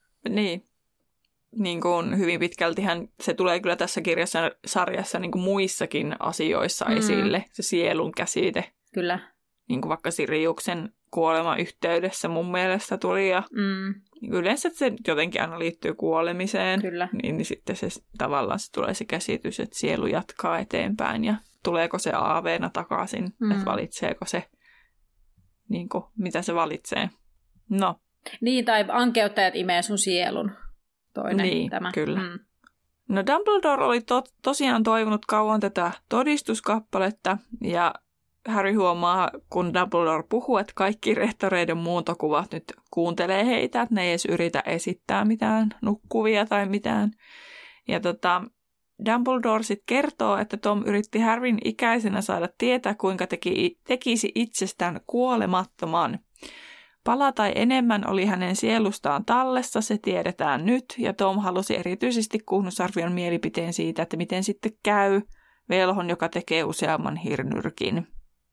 Niin kuin hyvin pitkältihän se tulee kyllä tässä kirjasarjassa niin kuin muissakin asioissa esille, se sielun käsite. Kyllä. Niin kuin vaikka Siriuksen kuoleman yhteydessä mun mielestä tuli. Ja yleensä se jotenkin aina liittyy kuolemiseen. Kyllä. Niin sitten se tavallaan se tulee se käsitys, että sielu jatkaa eteenpäin ja tuleeko se aaveena takaisin, että valitseeko se, niin kuin, mitä se valitsee. No. Niin, tai ankeuttajat imee sun sielun. Toinen niin, tämä. Kyllä. No Dumbledore oli tosiaan toivonut kauan tätä todistuskappaletta, ja Harry huomaa, kun Dumbledore puhuu, että kaikki rehtoreiden muuntokuvat nyt kuuntelee heitä, että ne ei edes yritä esittää mitään nukkuvia tai mitään. Ja Dumbledore sitten kertoo, että Tom yritti Harryn ikäisenä saada tietää, kuinka tekisi itsestään kuolemattoman. Pala tai enemmän oli hänen sielustaan tallessa, se tiedetään nyt, ja Tom halusi erityisesti Kuhnusarvion mielipiteen siitä, että miten sitten käy velhon, joka tekee useamman hirnyrkin.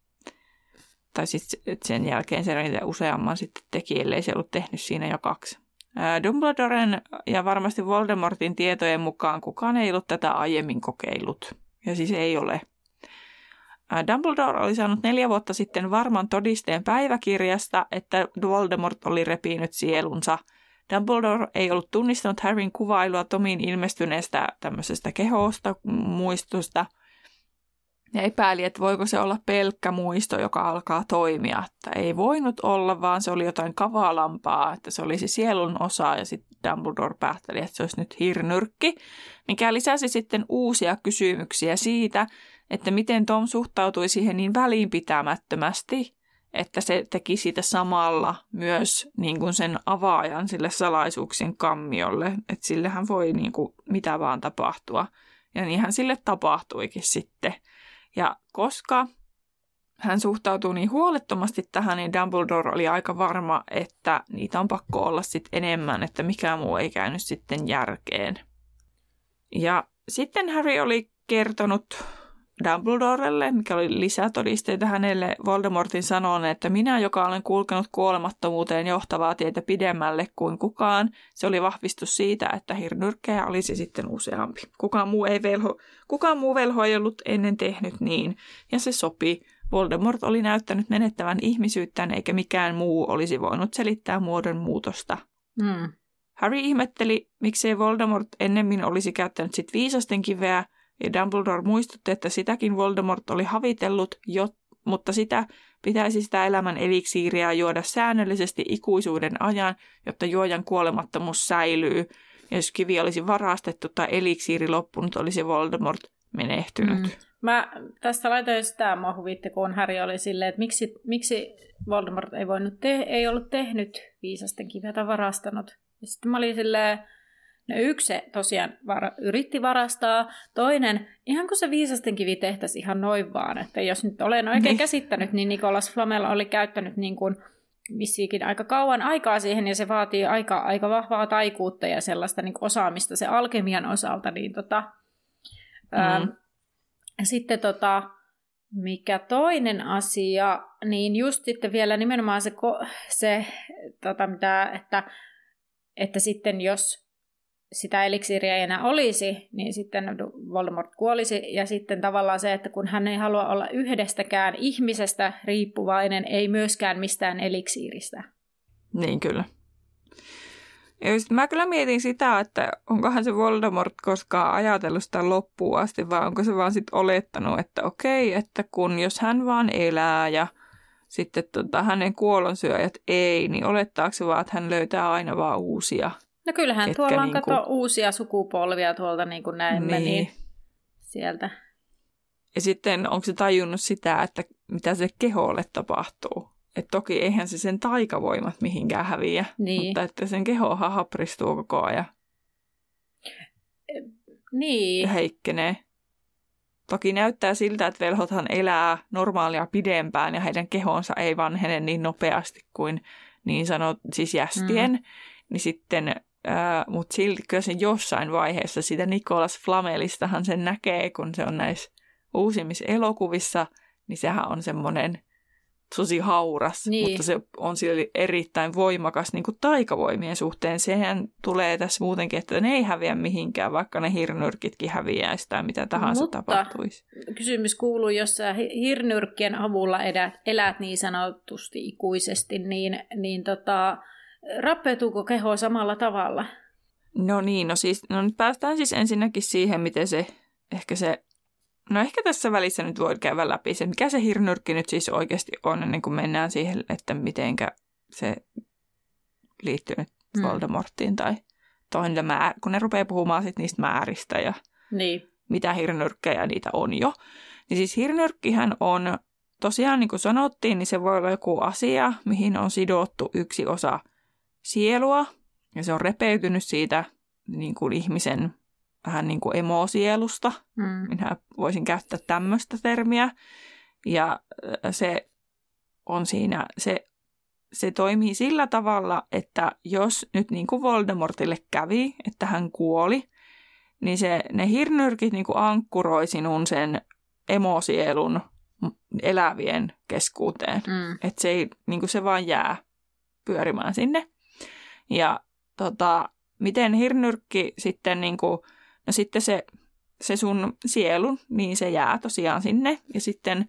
Tai sitten sen jälkeen se useamman sitten teki, ellei se ollut tehnyt siinä jo 2. Dumbledoren ja varmasti Voldemortin tietojen mukaan kukaan ei ollut tätä aiemmin kokeillut. Ja siis ei ole. Dumbledore oli saanut 4 vuotta sitten varman todisteen päiväkirjasta, että Voldemort oli repinyt sielunsa. Dumbledore ei ollut tunnistanut Harryn kuvailua Tomiin ilmestyneestä tämmöisestä kehosta, muistosta. Ja epäili, että voiko se olla pelkkä muisto, joka alkaa toimia. Että ei voinut olla, vaan se oli jotain kavalampaa, että se olisi sielun osa. Ja sitten Dumbledore päätteli, että se olisi nyt hirnyrkki, mikä lisäsi sitten uusia kysymyksiä siitä, että miten Tom suhtautui siihen niin välinpitämättömästi, että se teki siitä samalla myös niin kuin sen avaajan sille salaisuuksien kammiolle, että sillehän voi niin kuin mitä vaan tapahtua. Ja niinhän sille tapahtuikin sitten. Ja koska hän suhtautuu niin huolettomasti tähän, niin Dumbledore oli aika varma, että niitä on pakko olla sitten enemmän, että mikään muu ei käynyt sitten järkeen. Ja sitten Harry oli kertonut Dumbledorelle, mikä oli lisätodisteita hänelle, Voldemortin sanoneen, että minä, joka olen kulkenut kuolemattomuuteen johtavaa tietä pidemmälle kuin kukaan, se oli vahvistus siitä, että hirnyrkkejä olisi sitten useampi. Kukaan muu velho ei ollut ennen tehnyt niin, ja se sopi. Voldemort oli näyttänyt menettävän ihmisyyttään, eikä mikään muu olisi voinut selittää muodon muutosta. Harry ihmetteli, miksei Voldemort ennemmin olisi käyttänyt sit viisasten kiveä, ja Dumbledore muistutti, että sitäkin Voldemort oli havitellut, mutta pitäisi sitä elämän eliksiiriä juoda säännöllisesti ikuisuuden ajan, jotta juojan kuolemattomuus säilyy. Ja jos kivi olisi varastettu tai eliksiiri loppunut, olisi Voldemort menehtynyt. Mä tästä laitoin sitä, mua huvitti, kun Harry oli silleen, että miksi Voldemort ei ollut tehnyt viisasten kiveä tai varastanut. Ja sitten mä olin silleen, no yksi se tosiaan yritti varastaa, toinen, ihan kun se viisasten kivi tehtäisiin ihan noin vaan, että jos nyt olen oikein käsittänyt, niin Nicolas Flamel oli käyttänyt niin kuin vissiinkin aika kauan aikaa siihen, ja se vaatii aika vahvaa taikuutta ja sellaista niin kuin osaamista se alkemian osalta, niin sitten mikä toinen asia, niin just sitten vielä nimenomaan että sitten jos sitä eliksiiriä ei enää olisi, niin sitten Voldemort kuolisi. Ja sitten tavallaan se, että kun hän ei halua olla yhdestäkään ihmisestä riippuvainen, ei myöskään mistään eliksiiristä. Niin kyllä. Ja just mä kyllä mietin sitä, että onkohan se Voldemort koskaan ajatellut sitä loppuun asti, vai onko se vaan sitten olettanut, että okei, että jos hän vaan elää ja sitten hänen kuolonsyöjät ei, niin olettaako se vaan, että hän löytää aina vaan uusia. No kyllähän tuolla on uusia sukupolvia tuolta niin kuin näemme, niin sieltä. Ja sitten onko se tajunnut sitä, että mitä se keholle tapahtuu? Että toki eihän se sen taikavoimat mihinkään häviä, mutta että sen kehohan hapristuu koko ajan. Niin. Ja heikkenee. Toki näyttää siltä, että velhothan elää normaalia pidempään ja heidän kehonsa ei vanhene niin nopeasti kuin niin siis jästien. Niin sitten, mutta silti kyllä sen jossain vaiheessa sitä Nicolas Flamelistahan sen näkee, kun se on näissä uusimmissa elokuvissa, niin sehän on semmoinen tosi hauras, mutta se on sillä erittäin voimakas niin kuin taikavoimien suhteen. Sehän tulee tässä muutenkin, että ne ei häviä mihinkään, vaikka ne hirnyrkitkin häviäisi tai mitä tahansa tapahtuisi. Kysymys kuuluu, jos sä hirnyrkkien avulla elät niin sanotusti ikuisesti, niin rappeutuuko keho samalla tavalla? No niin, nyt päästään siis ensinnäkin siihen, miten ehkä tässä välissä nyt voi käydä läpi se, mikä se hirnyrkki nyt siis oikeasti on, ennen kuin mennään siihen, että mitenkä se liittynyt Voldemorttiin tai kun ne rupeaa puhumaan sit niistä määristä ja mitä hirnyrkkejä niitä on jo. Niin siis hirnyrkkihän on, tosiaan niin kuin sanottiin, niin se voi olla joku asia, mihin on sidottu yksi osa sielua ja se on repeytynyt siitä niin kuin ihmisen vähän niin kuin emosielusta. Minä voisin käyttää tämmöistä termiä. Ja se on siinä, se toimii sillä tavalla, että jos nyt niin kuin Voldemortille kävi, että hän kuoli, niin ne hirnyrkit niin kuin ankkuroi sinun sen emosielun elävien keskuuteen. Että se ei, niin kuin se vaan jää pyörimään sinne. Ja miten hirnyrkki sitten, niin kuin, no sitten se sun sielu, niin se jää tosiaan sinne. Ja sitten,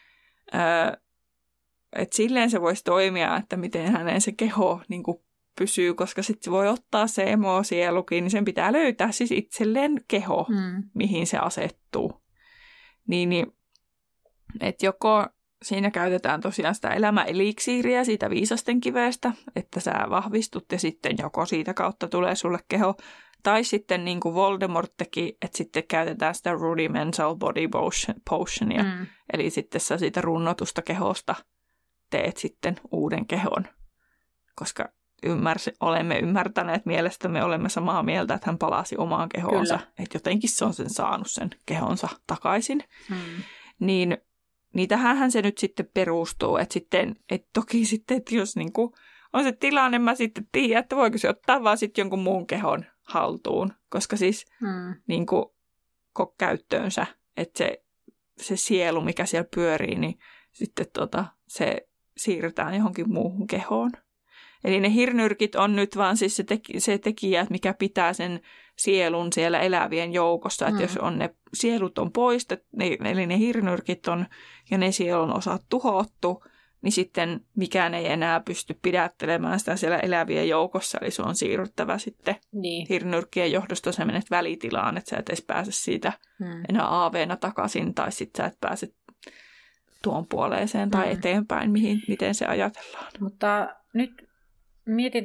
että silleen se voisi toimia, että miten hänen se keho niin kuin pysyy, koska sitten se voi ottaa se emosielukin, niin sen pitää löytää siis itselleen keho, mihin se asettuu. Niin että joko siinä käytetään tosiaan sitä elämäeliksiiriä siitä viisasten kivestä, että sä vahvistut ja sitten joko siitä kautta tulee sulle keho. Tai sitten niin kuin Voldemort teki, että sitten käytetään sitä rudimental body potionia. Eli sitten sä siitä runnotusta kehosta teet sitten uuden kehon. Koska olemme ymmärtäneet mielestämme, olemme samaa mieltä, että hän palasi omaan kehoonsa. Että jotenkin se on sen saanut sen kehonsa takaisin. Niin tähänhän se nyt sitten perustuu. Että toki sitten, että jos niin kuin on se tilanne, mä sitten tiedän, että voiko se ottaa vaan sitten jonkun muun kehon haltuun. Koska siis niin kuin käyttöönsä, että se sielu, mikä siellä pyörii, niin sitten se siirretään johonkin muuhun kehoon. Eli ne hirnyrkit on nyt vaan siis se tekijä, mikä pitää sen sielun siellä elävien joukossa. Että jos on ne sielut on poistettu, eli ne hirnyrkit on ja ne sielun osat tuhottu, niin sitten mikään ei enää pysty pidättelemään sitä siellä elävien joukossa. Eli se on siirryttävä sitten hirnyrkkien johdosta, sä menet välitilaan, että sä et edes pääse siitä enää aaveena takaisin, tai sitten sä et pääse tuon puoleeseen tai eteenpäin, miten se ajatellaan. Mutta nyt mietin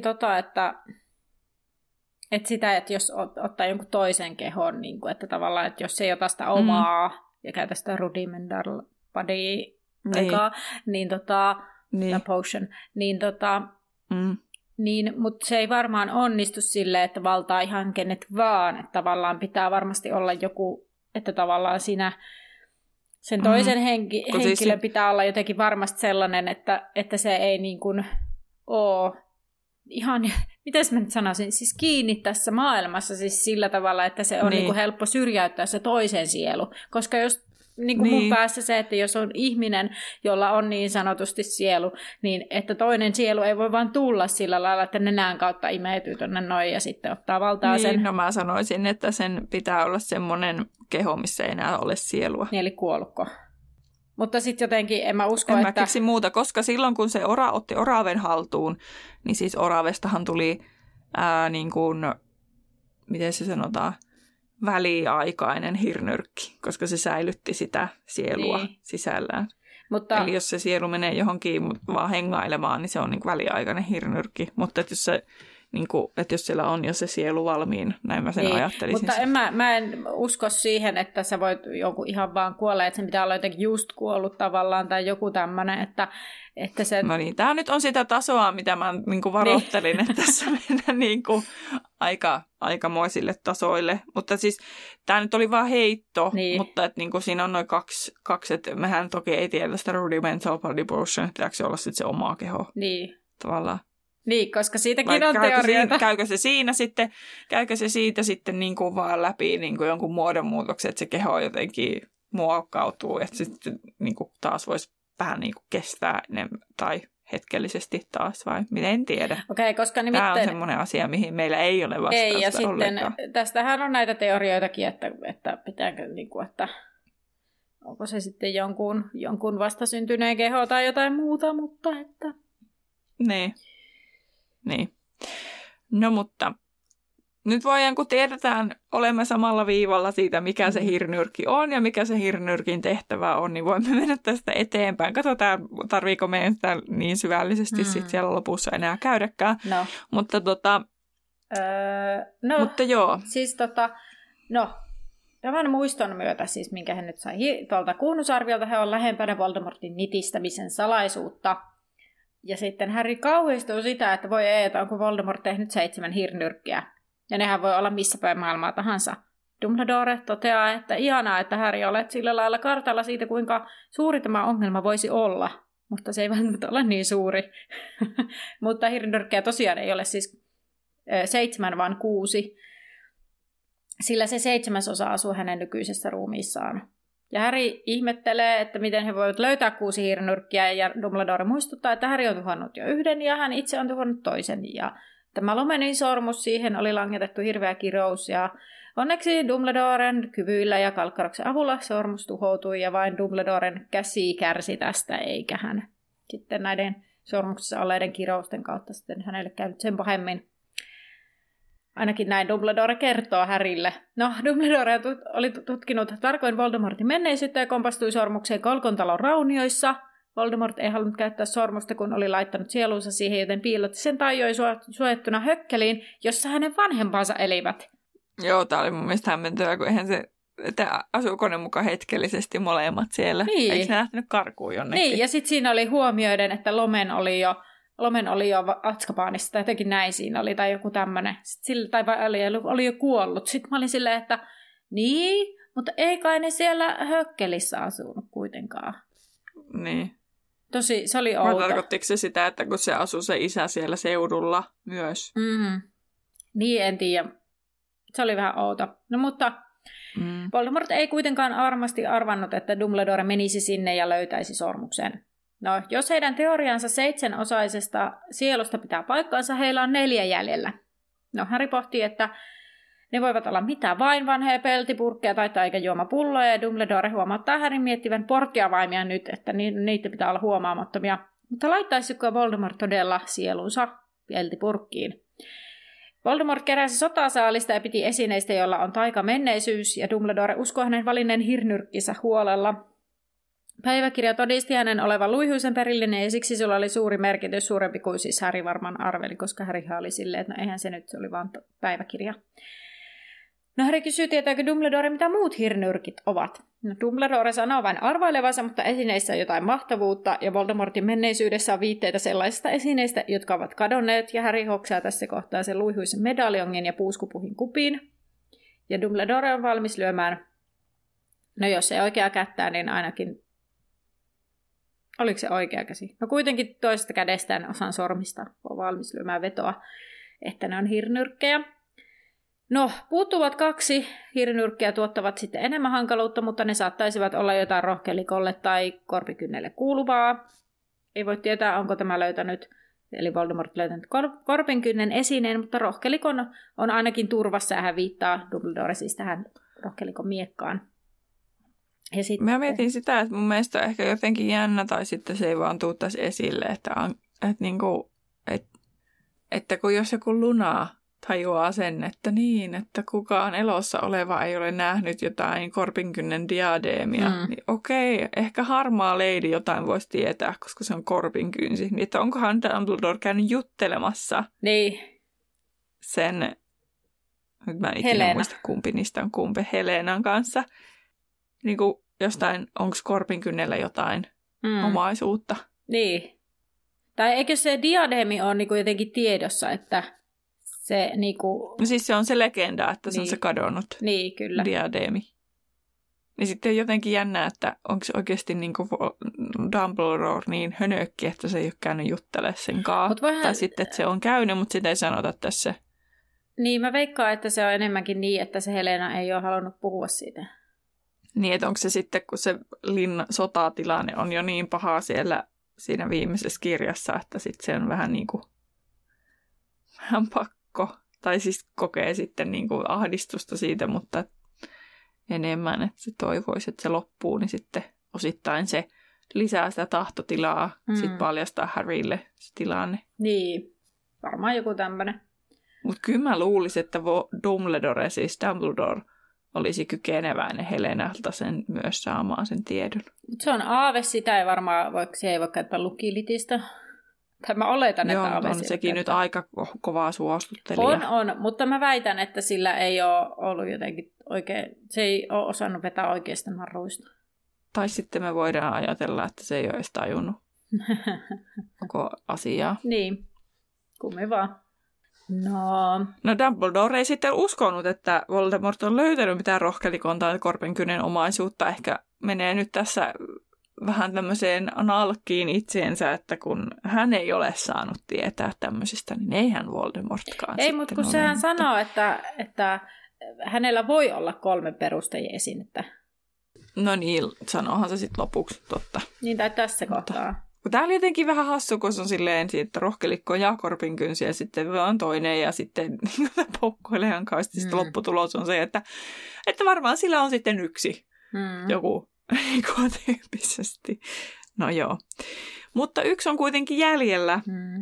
että jos ottaa jonkun toisen kehon, niin kuin, että tavallaan, että jos ei ota sitä omaa ja käytä sitä rudimental body niin potion, niin mutta se ei varmaan onnistu silleen, että valtaa ihan kenet vaan, että tavallaan pitää varmasti olla joku, että tavallaan siinä sen toisen henkilön pitää olla jotenkin varmasti sellainen, että se ei niin kuin ole ihan, mitäs mä nyt sanoisin, siis kiinni tässä maailmassa siis sillä tavalla, että se on niin kuin helppo syrjäyttää se toisen sielu. Koska jos niin kuin mun päässä se, että jos on ihminen, jolla on niin sanotusti sielu, niin että toinen sielu ei voi vaan tulla sillä lailla, että nenän kautta imeytyy tuonne noin ja sitten ottaa valtaa sen. No mä sanoisin, että sen pitää olla semmoinen keho, missä ei enää ole sielua. Eli kuollutko? Mutta sitten jotenkin en mä usko, mä keksi muuta, koska silloin kun se otti oraven haltuun, niin siis oravestahan tuli niin kuin, miten se sanotaan, väliaikainen hirnyrkki, koska se säilytti sitä sielua sisällään. Mutta eli jos se sielu menee johonkin vaan hengailemaan, niin se on niin kuin väliaikainen hirnyrkki. Mutta että jos siellä on jo se sielu valmiin, näin mä sen ajattelisin. Mutta mä en usko siihen, että sä voit jonkun ihan vaan kuolla, että sen pitää olla jotenkin just kuollut tavallaan tai joku tämmöinen, että se... No niin, tämä nyt on sitä tasoa, mitä mä niin kuin varoittelin, että tässä mennään niin kuin aikamoisille tasoille. Mutta siis tämä nyt oli vaan heitto, mutta että niin kuin siinä on noin kaksi, että mehän toki ei tiedä sitä rudimental body potion, että pitääkö se olla sitten se oma keho tavallaan. Niin, koska siitäkin on teorioita. Käykö se siitä sitten niin kuin vaan läpi niin kuin jonkun muodonmuutoksen, että se keho jotenkin muokkautuu, että sitten niin kuin taas voisi vähän niin kuin kestää tai hetkellisesti taas, vai en tiedä. Okei, koska nimittäin... Tämä on semmoinen asia, mihin meillä ei ole vastausta Ei, ja ollenkaan. sitten tästähän on näitä teorioitakin, että pitääkö, niin kuin, että onko se sitten jonkun vastasyntyneen keho tai jotain muuta, mutta että... Niin. No mutta nyt voidaan, kun tiedetään, olemme samalla viivalla siitä, mikä se hirnyrkki on ja mikä se hirnyrkin tehtävä on, niin voimme mennä tästä eteenpäin. Katsotaan, tarviiko meidän sitä niin syvällisesti sit siellä lopussa enää käydäkään. No. Mutta mutta joo. Siis tämän muiston myötä, siis minkä he nyt sai tuolta kuunnusarviolta, he on lähempänä Voldemortin nitistämisen salaisuutta. Ja sitten Harry kauhistuu sitä, että voi ei, että onko Voldemort tehnyt 7 hirnyrkkiä. Ja nehän voi olla missä päin maailmaa tahansa. Dumbledore toteaa, että ihanaa, että Harry olet sillä lailla kartalla siitä, kuinka suuri tämä ongelma voisi olla. Mutta se ei välttämättä ole niin suuri. Mutta hirnyrkkejä tosiaan ei ole siis 7, vaan 6. Sillä se 7. asuu hänen nykyisessä ruumiissaan. Ja Harry ihmettelee, että miten he voivat löytää 6 hirnyrkkiä, ja Dumbledore muistuttaa, että Harry on tuhannut jo 1, ja hän itse on tuhannut 2. Ja tämä Lumenin sormus, siihen oli langetettu hirveä kirous, ja onneksi Dumbledoren kyvyillä ja Kalkkaroksen avulla sormus tuhoutui, ja vain Dumbledoren käsi kärsi tästä, eikä hän sitten näiden sormuksessa olleiden kirousten kautta sitten hänelle käynyt sen pahemmin. Ainakin näin Dumbledore kertoo Harrylle. No, Dumbledore oli tutkinut tarkoin Voldemortin menneisyyttä ja kompastui sormukseen Kolkontalon raunioissa. Voldemort ei halunnut käyttää sormusta, kun oli laittanut sielunsa siihen, joten piilotti sen taijoi suojattuna hökkeliin, jossa hänen vanhempansa elivät. Joo, tää oli mun mielestä hämmentävää, kun eihän se, että asuuko ne mukaan hetkellisesti molemmat siellä. Niin. Eikö ne lähtenyt karkuun jonnekin? Niin, ja sitten siinä oli huomioiden, että Lomen oli jo Azkabanissa, tai jotenkin näin siinä oli, tai joku tämmöinen. Tai oli jo kuollut. Sitten mä olin silleen, että niin, mutta ei kai ne siellä hökkelissä asunut kuitenkaan. Niin. Tosi, se oli outo. Tarkoittiko se sitä, että kun se asui se isä siellä seudulla myös? Niin, en tiedä. Se oli vähän outo. No mutta Voldemort ei kuitenkaan varmasti arvannut, että Dumbledore menisi sinne ja löytäisi sormuksen. No, jos heidän teoriansa 7-osaisesta sielusta pitää paikkaansa, heillä on 4 jäljellä. No, Harry pohtii, että ne voivat olla mitä vain, vanhoja peltipurkkeja tai taikajuomapulloja, ja Dumbledore huomauttaa Harryn miettivän porttiavaimia nyt, että niitä pitää olla huomaamattomia. Mutta laittaisiko Voldemort todella sielunsa peltipurkkiin? Voldemort keräsi sotasaalista ja piti esineistä, joilla on taikamenneisyys, ja Dumbledore uskoi hänen valinneen hirnyrkkinsä huolella. Päiväkirja todisti hänen olevan luihuisen perillinen, ja siksi sillä oli suuri merkitys, suurempi kuin siis Harry varmaan arveli, koska Harryhan oli silleen, että no eihän se nyt, se oli vaan päiväkirja. No Harry kysyy, tietääkö Dumbledore, mitä muut hirnyrkit ovat. No Dumbledore sanoo vain arvailevansa, mutta esineissä on jotain mahtavuutta, ja Voldemortin menneisyydessä on viitteitä sellaisista esineistä, jotka ovat kadonneet, ja Harry hoksaa tässä kohtaa sen luihuisen medaljongin ja puuskupuhin kupiin. Ja Dumbledore on valmis lyömään, no jos ei oikeaa kättää, niin ainakin, oliko se oikea käsi? No kuitenkin toisesta kädestään osan sormista on valmis lyömään vetoa, että ne on hirnyrkkejä. No, puuttuvat 2 hirnyrkkiä tuottavat sitten enemmän hankaluutta, mutta ne saattaisivat olla jotain rohkelikolle tai korpikynnelle kuuluvaa. Ei voi tietää, onko tämä löytänyt, eli Voldemort löytänyt korpinkynnen esineen, mutta rohkelikon on ainakin turvassa, ja hän viittaa Dumbledore siis tähän rohkelikon miekkaan. Ja sitten, mä mietin sitä, että mun mielestä on ehkä jotenkin jännä, tai sitten se ei vaan tuu tässä esille, että kun jos joku Luna tajuaa sen, että niin, että kukaan elossa oleva ei ole nähnyt jotain korpinkynnen diadeemia, niin okei, ehkä harmaa lady jotain voisi tietää, koska se on korpinkynsi. Niin, että onkohan Dumbledore käynyt juttelemassa sen, nyt mä en ikinä muista kumpi niistä on kumpi, Helenan kanssa, niin kuin jostain, onko korpinkynnellä jotain omaisuutta? Niin. Tai eikö se diadeemi ole niin kuin jotenkin tiedossa, että se niinku... No siis se on se legenda, että se on se kadonnut diadeemi. Niin sitten jotenkin jännää, että onko se oikeasti niinku Dumbledore niin hönökki, että se ei ole käynyt juttelemaan senkaan. Tai sitten, että se on käynyt, mutta sitä ei sanota tässä. Niin, mä veikkaan, että se on enemmänkin niin, että se Helena ei ole halunnut puhua siitä. Niin, että onko se sitten, kun se sotatilanne on jo niin paha siinä viimeisessä kirjassa, että sitten se on vähän niin kuin vähän pakko. Tai siis kokee sitten niin kuin ahdistusta siitä, mutta enemmän, että se toivoisi, että se loppuu, niin sitten osittain se lisää sitä tahtotilaa sitten paljastaa Harrylle se tilanne. Niin, varmaan joku tämmöinen. Mutta kyllä mä luulisin, että Dumbledore, siis Dumbledore, olisi kykeneväinen Helenalta sen myös saamaan sen tiedon. Mutta se on aave, sitä ei varmaan, se ei voi käyttää lukilitistä. Tai mä oletan, että aave on sekin nyt aika kovaa suostuttelija. On, mutta mä väitän, että sillä ei ole ollut jotenkin oikein, se ei ole osannut vetää oikeista naruista. Tai sitten me voidaan ajatella, että se ei ole edes tajunnut koko asiaa. Niin, kummi vaan. No Dumbledore ei sitten uskonut, että Voldemort on löytänyt mitään rohkelikon tai korpinkynän omaisuutta. Ehkä menee nyt tässä vähän tämmöiseen nalkkiin itseensä, että kun hän ei ole saanut tietää tämmöisistä, niin eihän Voldemortkaan. Ei, mutta kun sehän sanoo, että hänellä voi olla 3 perustajaesinettä. No niin, sanohan se sitten lopuksi, totta. Niin, tai tässä kohtaa. Tämä oli jotenkin vähän hassu, kun se on silleen, että rohkelikko ja korpinkynsi ja sitten on toinen ja sitten poukkoilee ihan kauheasti. Sitten lopputulos on se, että varmaan sillä on sitten yksi joku tyyppisesti. No joo. Mutta yksi on kuitenkin jäljellä.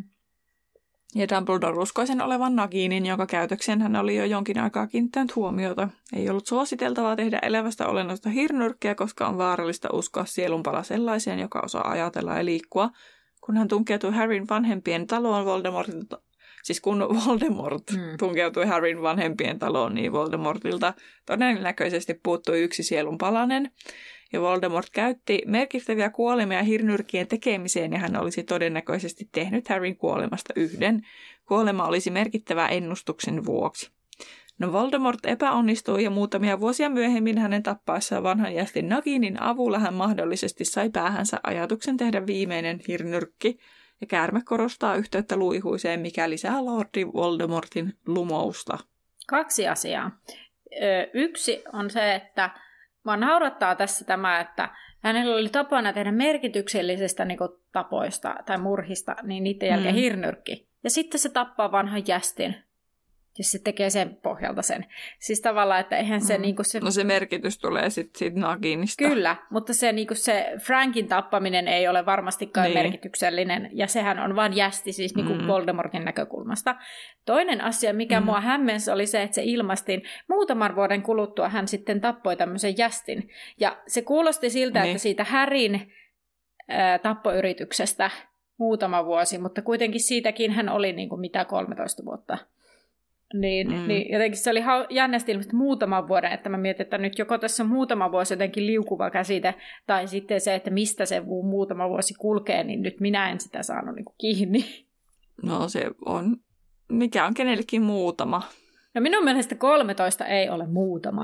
Ja Dumbledore uskoi sen olevan Naginin, jonka käytökseen hän oli jo jonkin aikaa kiinnittänyt huomiota. Ei ollut suositeltavaa tehdä elävästä olennosta hirnyrkkiä, koska on vaarallista uskoa sielunpala sellaiseen, joka osaa ajatella ja liikkua. Kun hän tunkeutui Harryn vanhempien taloon Voldemortilta, siis kun Voldemort tunkeutui Harryn vanhempien taloon, niin Voldemortilta todennäköisesti puuttui yksi sielunpalanen. Ja Voldemort käytti merkittäviä kuolemia hirnyrkkien tekemiseen, ja hän olisi todennäköisesti tehnyt Harryn kuolemasta yhden. Kuolema olisi merkittävä ennustuksen vuoksi. No Voldemort epäonnistui, ja muutamia vuosia myöhemmin hänen tappaessaan vanhan jästin Naginin avulla hän mahdollisesti sai päähänsä ajatuksen tehdä viimeinen hirnyrkki, ja käärme korostaa yhteyttä luihuiseen, mikä lisää Lordi Voldemortin lumousta. 2 asiaa. Yksi on se, että mua naurattaa tässä tämä, että hänellä oli tapana tehdä merkityksellisestä niin kuin tapoista tai murhista, niin niiden jälkeen hirnyrkki. Ja sitten se tappaa vanhan jästin. Ja se tekee sen pohjalta sen. Siis tavallaan, että eihän se niinku se... No se merkitys tulee sitten siitä Naginista. Kyllä, mutta se, niinku se Frankin tappaminen ei ole varmastikaan merkityksellinen. Ja sehän on vain jästi siis niinku Voldemortin näkökulmasta. Toinen asia, mikä mua hämmensi, oli se, että se ilmastin muutaman vuoden kuluttua hän sitten tappoi tämmöisen jästin. Ja se kuulosti siltä, että siitä Harryn tappoyrityksestä muutama vuosi, mutta kuitenkin siitäkin hän oli niinku mitä 13 vuotta. Niin jotenkin se oli jännästi ilmeisesti muutaman vuoden, että mä mietin, että nyt joko tässä on muutama vuosi jotenkin liukuva käsite, tai sitten se, että mistä se muutama vuosi kulkee, niin nyt minä en sitä saanut niin kuin kiinni. No se on, mikä on kenellekin muutama. No minun mielestä 13 ei ole muutama.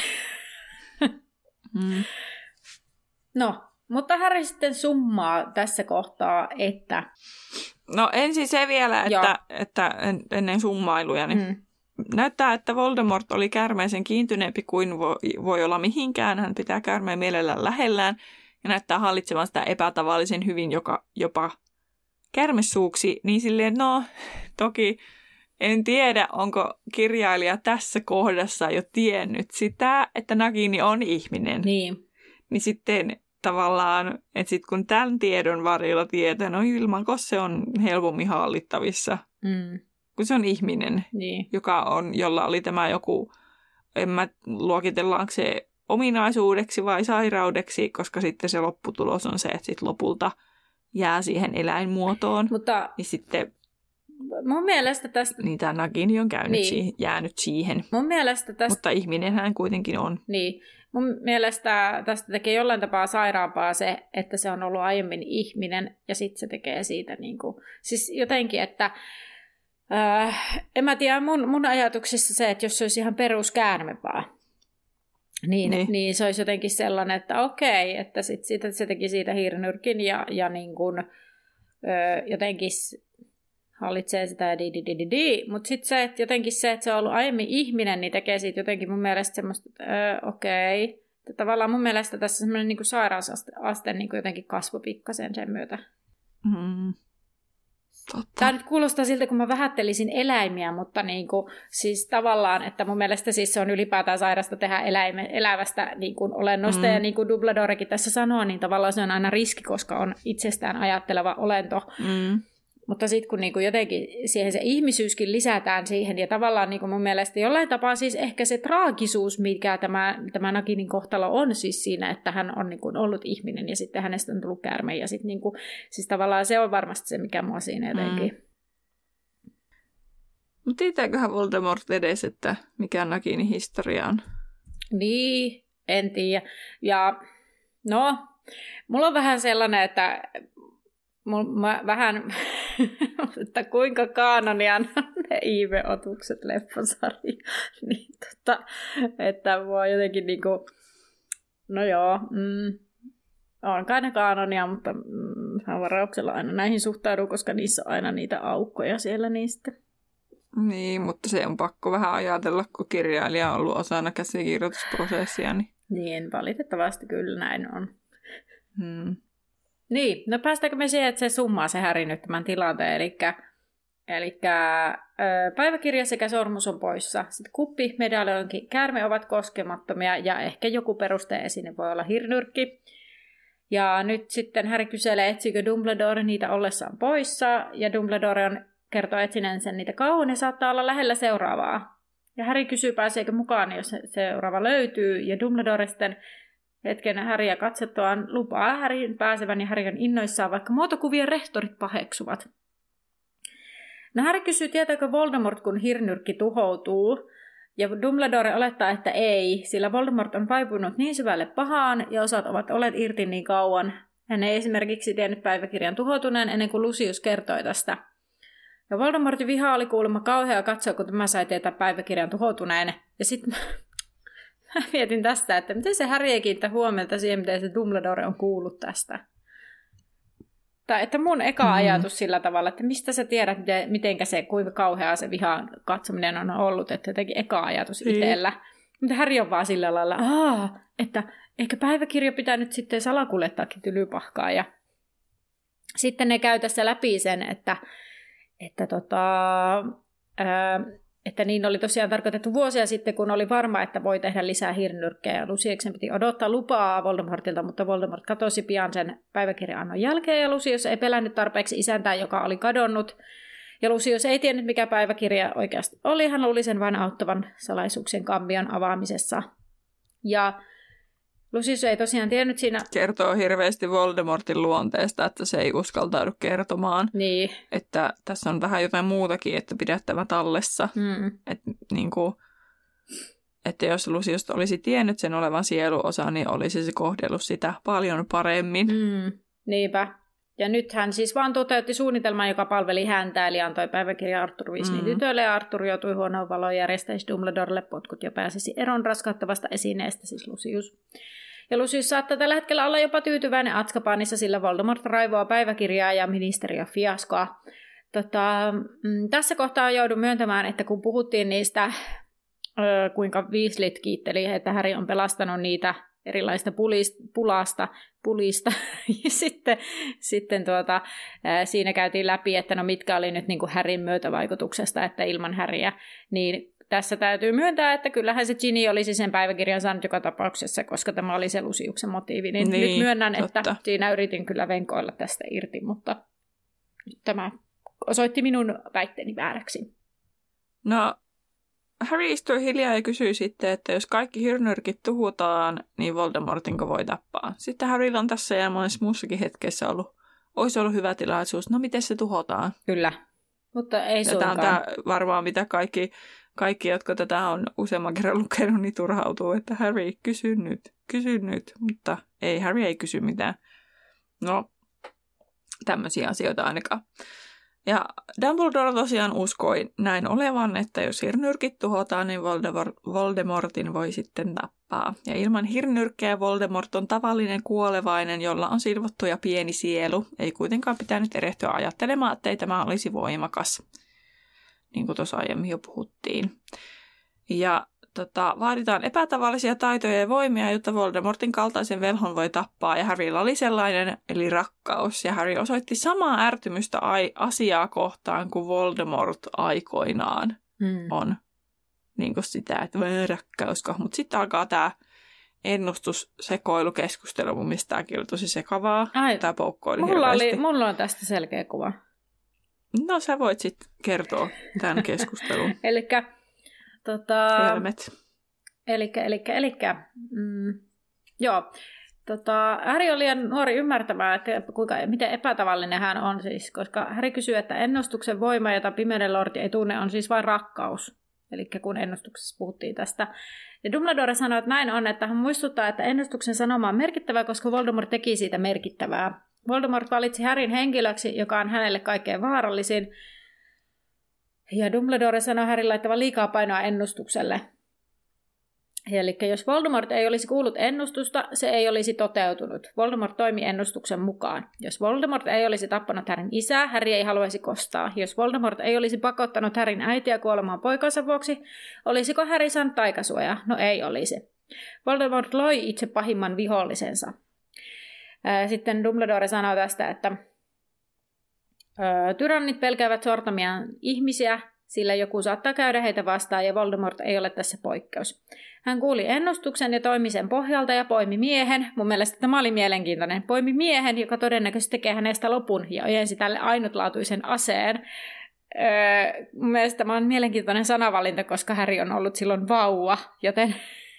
No, mutta Harry sitten summaa tässä kohtaa, että... No ensin se vielä, että ennen summailuja, niin näyttää, että Voldemort oli käärmeisen kiintyneempi kuin voi olla mihinkään. Hän pitää käärmeen mielellään lähellään ja näyttää hallitsevan sitä epätavallisen hyvin, joka jopa käärmesuuksi. Niin silleen, no toki en tiedä, onko kirjailija tässä kohdassa jo tiennyt sitä, että Nagini on ihminen. Niin sitten... Tavallaan, että sitten kun tämän tiedon varilla tietää, no ilmanko se on helpommin hallittavissa, kun se on ihminen, jolla oli tämä joku, en mä luokitellaanko se ominaisuudeksi vai sairaudeksi, koska sitten se lopputulos on se, että sitten lopulta jää siihen eläinmuotoon. Mutta niin sitten mun mielestä tästä... Niin tämä Nagini on jäänyt siihen. Mun mielestä tästä... Mutta ihminen hän kuitenkin on. Niin. Mun mielestä tästä tekee jollain tapaa sairaampaa se, että se on ollut aiemmin ihminen ja sitten se tekee siitä niin kuin... Siis jotenkin, että... en mä tiedä, mun ajatuksissa se, että jos se olisi ihan peruskäärme vaan, niin se olisi jotenkin sellainen, että okei, että sit se teki siitä hirnyrkin ja niin kuin, jotenkin hallitsee sitä ja mutta sitten se, että jotenkin se, että se on ollut aiemmin ihminen, niin tekee siitä jotenkin mun mielestä semmoista, okei. Tavallaan mun mielestä tässä semmoinen niin kuin sairausaste niin kuin jotenkin kasvoi pikkasen sen myötä. Totta. Tämä nyt kuulostaa siltä, kun mä vähättelisin eläimiä, mutta niin kuin, siis tavallaan, että mun mielestä siis se on ylipäätään sairasta tehdä elävästä niin kuin olennosta, ja niin kuin Dumbledorekin tässä sanoo, niin tavallaan se on aina riski, koska on itsestään ajatteleva olento. Mutta sitten kun niinku jotenkin siihen se ihmisyyskin lisätään siihen, ja tavallaan niinku mun mielestä jollain tapaa siis ehkä se traagisuus, mikä tämä Naginin kohtalo on siis siinä, että hän on niinku ollut ihminen ja sitten hänestä on tullut käärme. Ja sit niinku, siis tavallaan se on varmasti se, mikä mua siinä jotenkin. Mutta tietääköhän Voldemort edes, että mikä Naginin historia on? Niin, en tiedä. Ja no, mulla on vähän sellainen, että että kuinka kaanonia on ne Iive-otukset leffasarja. Niin, että mua jotenkin niinku, no joo, on kai ne kaanonia, mutta varauksella aina näihin suhtaudun, koska niissä on aina niitä aukkoja siellä niistä. Niin, mutta se on pakko vähän ajatella, kun kirjailija on ollut osana käsikirjoitusprosessia. Niin valitettavasti kyllä näin on. Niin, no päästäänkö me siihen, että se summaa se Harry nyt tämän tilanteen, eli päiväkirja sekä sormus on poissa. Sitten kuppi, medaljonki, käärme ovat koskemattomia ja ehkä joku perusteesine voi olla hirnyrkki. Ja nyt sitten Harry kyselee, etsikö Dumbledore niitä ollessaan poissa, ja Dumbledore kertoo etsinensä niitä kauan ja saattaa olla lähellä seuraavaa. Ja Harry kysyy, pääseekö mukaan, jos seuraava löytyy, ja Dumbledore sitten hetken Harryä katsettuaan lupaa Harryn pääsevän, ja Harry on innoissaan, vaikka muotokuvien rehtorit paheksuvat. No Harry kysyy, tietääkö Voldemort, kun hirnyrkki tuhoutuu, ja Dumbledore olettaa, että ei, sillä Voldemort on vaipunut niin syvälle pahaan, ja osat ovat olleet irti niin kauan. Hän ei esimerkiksi tiennyt päiväkirjan tuhoutuneen ennen kuin Lucius kertoi tästä. Ja Voldemortin viha oli kuulemma kauhea katsoa, kun tämä sai tietää päiväkirjan tuhoutuneen. Ja sitten mä mietin tästä, että miten se Harry ei kiinnittää huomiota siihen, miten se Dumbledore on kuullut tästä. Tai että mun eka ajatus sillä tavalla, että mistä sä tiedät, mitenkä se, kuinka kauheaa se vihan katsominen on ollut, että jotenkin eka ajatus itsellä. Mutta Harry on vaan sillä lailla, että ehkä päiväkirja pitää nyt sitten salakuljettaakin Tylypahkaa. Ja sitten ne käy tässä läpi sen, että niin oli tosiaan tarkoitettu vuosia sitten, kun oli varma, että voi tehdä lisää hirnyrkkejä. Luciuksen piti odottaa lupaa Voldemortilta, mutta Voldemort katosi pian sen päiväkirja-annon jälkeen, ja Lucius ei pelännyt tarpeeksi isäntää, joka oli kadonnut. Ja Lucius ei tiennyt, mikä päiväkirja oikeasti oli. Hän luuli sen vain auttavan salaisuuksien kambion avaamisessa. Ja Lucius ei tosiaan tiennyt siinä. Kertoo hirveästi Voldemortin luonteesta, että se ei uskaltaudu kertomaan. Niin. Että tässä on vähän jotain muutakin, että pidättävä tallessa. Että jos Lucius olisi tiennyt sen olevan sieluosa, niin olisi se kohdellut sitä paljon paremmin. Niinpä. Ja nyt hän siis vaan toteutti suunnitelman, joka palveli häntä, eli antoi päiväkirja Arthur Weasleyn tytölle, ja Arthur joutui huonoon valoon järjestäisi Dumbledorelle potkut ja pääsisi eron raskauttavasta esineestä, siis Lucius. Ja Lucius saattaa tällä hetkellä olla jopa tyytyväinen Azkabanissa, sillä Voldemort raivoaa päiväkirjaa ja ministeriön fiaskoa. Tässä kohtaa joudun myöntämään, että kun puhuttiin niistä, kuinka Weasleyt kiitteli, että Harry on pelastanut niitä erilaista pulista. Ja sitten siinä käytiin läpi, että no mitkä oli nyt niin kuin Harryn myötävaikutuksesta, että ilman Harryä, niin tässä täytyy myöntää, että kyllähän se Ginny olisi sen päiväkirjan saanut joka tapauksessa, koska tämä oli se Luciuksen motiivi. Niin nyt myönnän, totta. Että siinä yritin kyllä venkoilla tästä irti, mutta nyt tämä osoitti minun väitteeni vääräksi. No, Harry istui hiljaa ja kysyi sitten, että jos kaikki hirnyrkit tuhutaan, niin Voldemortinko voi tappaa. Sitten Harrylla on tässä ja monessa muussakin hetkessä olisi ollut hyvä tilaisuus. No, miten se tuhotaan? Kyllä, mutta ei suinkaan. Tämä on varmaan mitä kaikki, jotka tätä on useamman kerran lukenut, niin turhautuu, että Harry, kysy nyt. Mutta ei, Harry ei kysy mitään. No, tämmöisiä asioita ainakaan. Ja Dumbledore tosiaan uskoi näin olevan, että jos hirnyrkit tuhotaan, niin Voldemortin voi sitten tappaa. Ja ilman hirnyrkkejä Voldemort on tavallinen kuolevainen, jolla on silvottu ja pieni sielu. Ei kuitenkaan pitänyt erehtyä ajattelemaan, että ei tämä olisi voimakas, niin kuin tuossa aiemmin jo puhuttiin. Ja vaaditaan epätavallisia taitoja ja voimia, jotta Voldemortin kaltaisen velhon voi tappaa, ja Harrylla oli sellainen, eli rakkaus. Ja Harry osoitti samaa ärtymystä asiaa kohtaan kuin Voldemort aikoinaan on. Niin kuin sitä, että rakkausko. Mutta sitten alkaa tämä ennustussekoilukeskustelu, mun mielestä tämäkin oli tosi sekavaa. Tämä poukkoili hirveästi. Mulla on tästä selkeä kuva. No sä voit sitten kertoa tämän keskustelun. Elikkä, Helmet. Joo. Harry oli liian nuori ymmärtämään, että miten epätavallinen hän on siis, koska Harry kysyy, että ennustuksen voima, jota Pimeyden lordi ei tunne, on siis vain rakkaus. Eli kun ennustuksessa puhuttiin tästä. Ja Dumbledore sanoi, että näin on, että hän muistuttaa, että ennustuksen sanoma on merkittävä, koska Voldemort teki siitä merkittävää. Voldemort valitsi Harryn henkilöksi, joka on hänelle kaikkein vaarallisin. Ja Dumbledore sanoi Harryn laittavan liikaa painoa ennustukselle. Eli jos Voldemort ei olisi kuullut ennustusta, se ei olisi toteutunut. Voldemort toimi ennustuksen mukaan. Jos Voldemort ei olisi tappanut Harryn isää, Harry ei haluaisi kostaa. Jos Voldemort ei olisi pakottanut Harryn äitiä kuolemaan poikansa vuoksi, olisiko Harry saanut taikasuojaa? No ei olisi. Voldemort loi itse pahimman vihollisensa. Sitten Dumbledore sanoo tästä, että tyrannit pelkäävät sortamiaan ihmisiä, sillä joku saattaa käydä heitä vastaan ja Voldemort ei ole tässä poikkeus. Hän kuuli ennustuksen ja toimi sen pohjalta ja poimi miehen. Mun mielestä tämä oli mielenkiintoinen. Poimi miehen, joka todennäköisesti tekee hänestä lopun ja ojensi tälle ainutlaatuisen aseen. Mun mielestä tämä on mielenkiintoinen sanavalinta, koska Harry on ollut silloin vauva, joten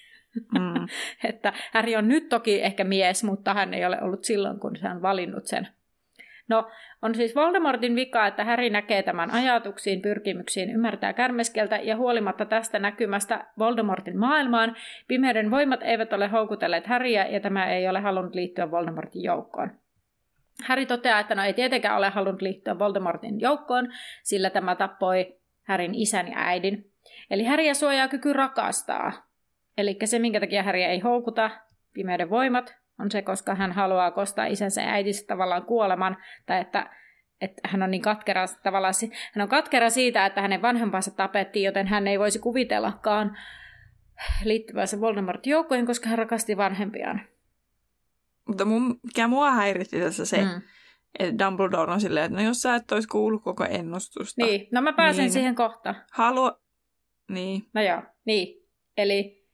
että Harry on nyt toki ehkä mies, mutta hän ei ole ollut silloin, kun hän on valinnut sen. No, on siis Voldemortin vika, että Harry näkee tämän ajatuksiin, pyrkimyksiin, ymmärtää kärmeskeltä ja huolimatta tästä näkymästä Voldemortin maailmaan, pimeyden voimat eivät ole houkutelleet Harryä ja tämä ei ole halunnut liittyä Voldemortin joukkoon. Harry toteaa, että no ei tietenkään ole halunnut liittyä Voldemortin joukkoon, sillä tämä tappoi Harryn isän ja äidin. Eli Harryä suojaa kyky rakastaa. Eli se, minkä takia Harryä ei houkuta, pimeyden voimat, on se, koska hän haluaa kostaa isänsä ja äitinsä tavallaan kuoleman, tai että hän on niin katkera, tavallaan, hän on katkera siitä, että hänen vanhempansa tapettiin, joten hän ei voisi kuvitellakaan liittyvänsä Voldemortin joukkoihin, koska hän rakasti vanhempiaan. Mutta mikä mua häiritti tässä se, että Dumbledore on silleen, että no jos sä et olisi kuullut koko ennustusta. Niin, no mä pääsen siihen kohta. Niin. No joo, niin. Eli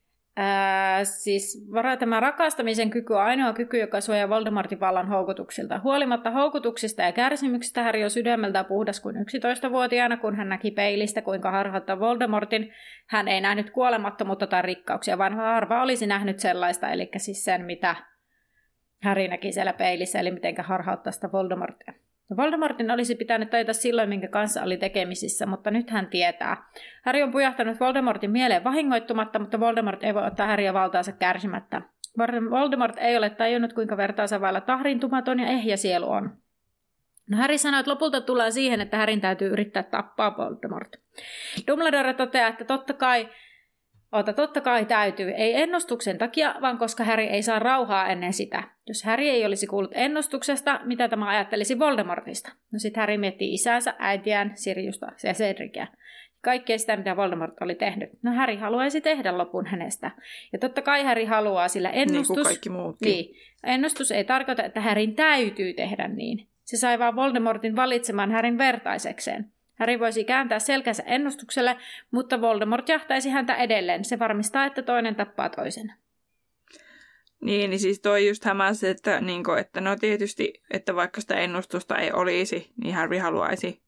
siis tämä rakastamisen kyky on ainoa kyky, joka suojaa Voldemortin vallan houkutuksilta. Huolimatta houkutuksista ja kärsimyksistä Harry on sydämeltään puhdas kuin 11-vuotiaana, kun hän näki peilistä, kuinka harhauttaa Voldemortin. Hän ei nähnyt kuolemattomuutta tai rikkauksia, vaan harva olisi nähnyt sellaista, eli siis sen, mitä Harry näki siellä peilissä, eli mitenkä harhauttaa sitä Voldemortia. Voldemortin olisi pitänyt tajuta silloin, minkä kanssa oli tekemisissä, mutta nyt hän tietää. Harry on pujahtanut Voldemortin mieleen vahingoittumatta, mutta Voldemort ei voi ottaa Harryä valtaansa kärsimättä. Voldemort ei ole tajunnut, kuinka vertaansa vailla tahrintumaton ja ehjä sielu on. No Harry sanoi, että lopulta tullaan siihen, että Harryn täytyy yrittää tappaa Voldemort. Dumbledore toteaa, että totta kai täytyy. Ei ennustuksen takia, vaan koska Harry ei saa rauhaa ennen sitä. Jos Harry ei olisi kuullut ennustuksesta, mitä tämä ajattelisi Voldemortista? No sit Harry miettii isänsä, äitiään, Siriusta ja Cedriciä. Kaikkea sitä, mitä Voldemort oli tehnyt. No Harry haluaisi tehdä lopun hänestä. Ja totta kai Harry haluaa, sillä ennustus... Niin kuin kaikki muutkin. Niin. Ennustus ei tarkoita, että Harryn täytyy tehdä niin. Se sai vaan Voldemortin valitsemaan Harryn vertaisekseen. Harry voisi kääntää selkänsä ennustukselle, mutta Voldemort jahtaisi häntä edelleen. Se varmistaa, että toinen tappaa toisen. Niin siis toi just hämäsi, että no tietysti, että vaikka sitä ennustusta ei olisi, niin Harry haluaisi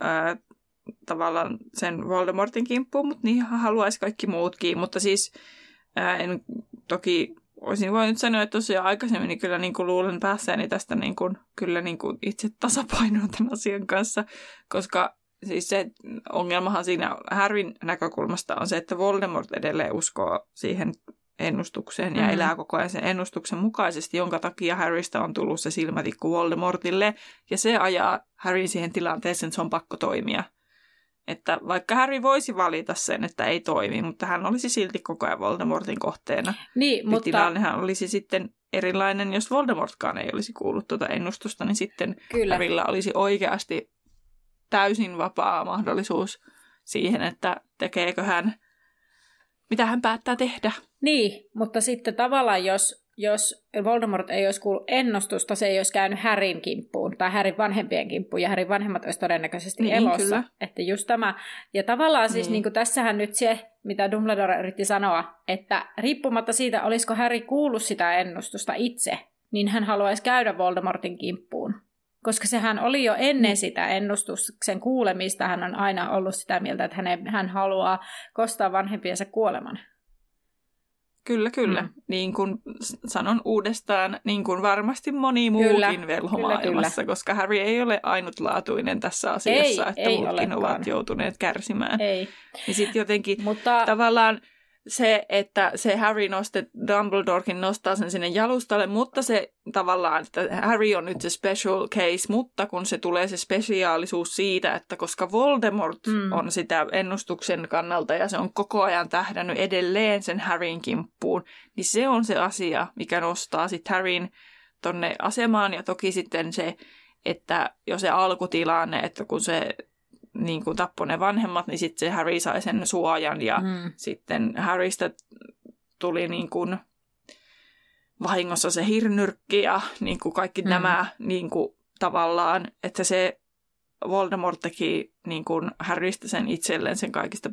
tavallaan sen Voldemortin kimppuun, mutta niin haluaisi kaikki muutkin. Mutta siis en toki olisin voinut sanoa, että tosiaan aikaisemmin niin kyllä luulen päässeeni tästä kyllä itse tasapainoon tämän asian kanssa, koska siis se ongelmahan siinä Harryn näkökulmasta on se, että Voldemort edelleen uskoo siihen ennustukseen ja elää koko ajan sen ennustuksen mukaisesti, jonka takia Harrystä on tullut se silmätikku Voldemortille. Ja se ajaa Harryn siihen tilanteeseen, että se on pakko toimia. Että vaikka Harry voisi valita sen, että ei toimi, mutta hän olisi silti koko ajan Voldemortin kohteena. Niin, mutta tilannehan olisi sitten erilainen, jos Voldemortkaan ei olisi kuullut tuota ennustusta, niin sitten Harryllä olisi oikeasti täysin vapaa mahdollisuus siihen, että tekeekö hän, mitä hän päättää tehdä. Niin, mutta sitten tavallaan jos Voldemort ei olisi kuullut ennustusta, se ei olisi käynyt Harryn kimppuun tai Harryn vanhempien kimppuun ja Harryn vanhemmat olisi todennäköisesti niin, elossa. Kyllä. Että just tämä. Ja tavallaan siis niin kuin tässähän nyt se, mitä Dumbledore yritti sanoa, että riippumatta siitä, olisiko Harry kuullut sitä ennustusta itse, niin hän haluaisi käydä Voldemortin kimppuun. koska sehän oli jo ennen sitä ennustuksen kuulemista, hän on aina ollut sitä mieltä, että hän haluaa kostaa vanhempiensa kuoleman. Kyllä. Niin kuin sanon uudestaan, niin kuin varmasti moni muukin velho maailmassa, koska Harry ei ole ainutlaatuinen tässä asiassa, että muutkin ovat joutuneet kärsimään. Ei. Ja sitten jotenkin tavallaan se, että se Harry Dumbledorekin nostaa sen sinne jalustalle, mutta se tavallaan, että Harry on nyt se special case, mutta kun se tulee se spesiaalisuus siitä, että koska Voldemort on sitä ennustuksen kannalta ja se on koko ajan tähdännyt edelleen sen Harryn kimppuun, niin se on se asia, mikä nostaa sitten Harryn tonne asemaan ja toki sitten se, että jo se alkutilanne, että kun se niin kuin tappoi ne vanhemmat, niin sitten se Harry sai sen suojan ja sitten Harrystä tuli niin kuin vahingossa se hirnyrkki ja niin kuin kaikki nämä niin kuin tavallaan, että se Voldemort teki niin kuin Harrystä sen itselleen sen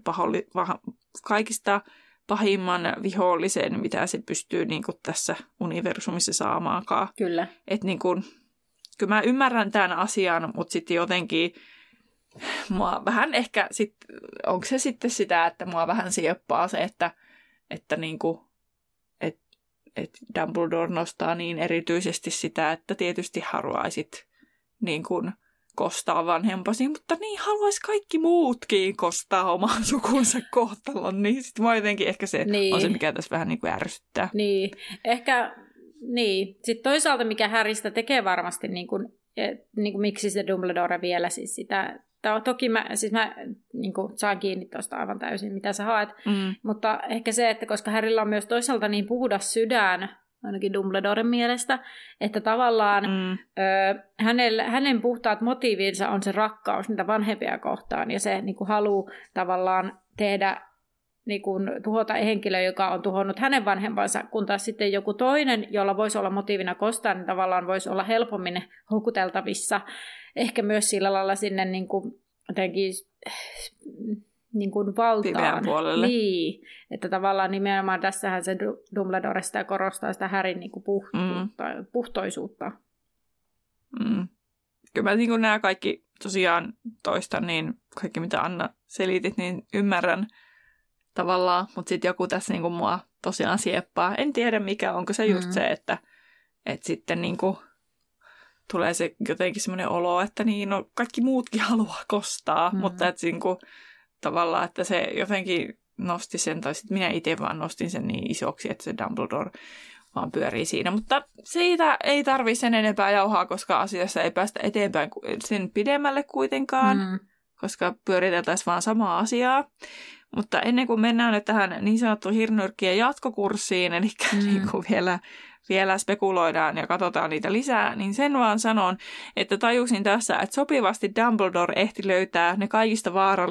kaikista pahimman vihollisen, mitä se pystyy niin kuin tässä universumissa saamaankaan. Kyllä. Että niin kuin, kyllä mä ymmärrän tämän asian, mutta sitten jotenkin mua vähän ehkä, onko se sitten sitä, että mua vähän sieppaa se, että niinku, et Dumbledore nostaa niin erityisesti sitä, että tietysti haluaisit niin kuin kostaa vanhempasi, mutta niin haluaisi kaikki muutkin kostaa oman sukunsa kohtalon, niin sitten mua jotenkin ehkä se on se, mikä tässä vähän niin kuin ärsyttää. Niin, ehkä, niin. Sitten toisaalta, mikä Harrystä tekee varmasti, niin kuin miksi se Dumbledore vielä siis sitä. Toki mä niin kuin saan kiinni tuosta aivan täysin, mitä sä haet, mutta ehkä se, että koska Harrylla on myös toisaalta niin puhdas sydän, ainakin Dumbledoren mielestä, että tavallaan hänen puhtaat motiivinsa on se rakkaus niitä vanhempia kohtaan, ja se niin kuin haluaa tavallaan tehdä, niin kuin tuhota henkilö, joka on tuhonnut hänen vanhempansa, kun taas sitten joku toinen, jolla voisi olla motiivina kostaa, niin tavallaan voisi olla helpommin houkuteltavissa. Ehkä myös sillä lailla sinne niin kuin, jotenkin niin kuin valtaan. Pimeän puolelle. Niin, että tavallaan nimenomaan tässähän se Dumbledore sitä korostaa sitä Harryn niin kuin puhtoisuutta. Kyllä mä niin kuin nämä kaikki tosiaan toistan, niin kaikki mitä Anna selitit, niin ymmärrän tavallaan, mutta sitten joku tässä niin kuin mua tosiaan sieppaa. En tiedä mikä, onko se just se, että sitten niin kuin tulee se jotenkin semmoinen olo, että niin, no, kaikki muutkin haluaa kostaa, mutta että niin kuin, tavallaan, että se jotenkin nosti sen, tai sitten minä itse vaan nostin sen niin isoksi, että se Dumbledore vaan pyörii siinä. Mutta siitä ei tarvitse sen enempää jauhaa, koska asiassa ei päästä eteenpäin sen pidemmälle kuitenkaan, koska pyöriteltäisiin vaan samaa asiaa. Mutta ennen kuin mennään nyt tähän niin sanottuun hirnyrkkien jatkokurssiin, eli niin kuin vielä spekuloidaan ja katsotaan niitä lisää, niin sen vaan sanon, että tajusin tässä, että sopivasti Dumbledore ehti löytää ne kaikista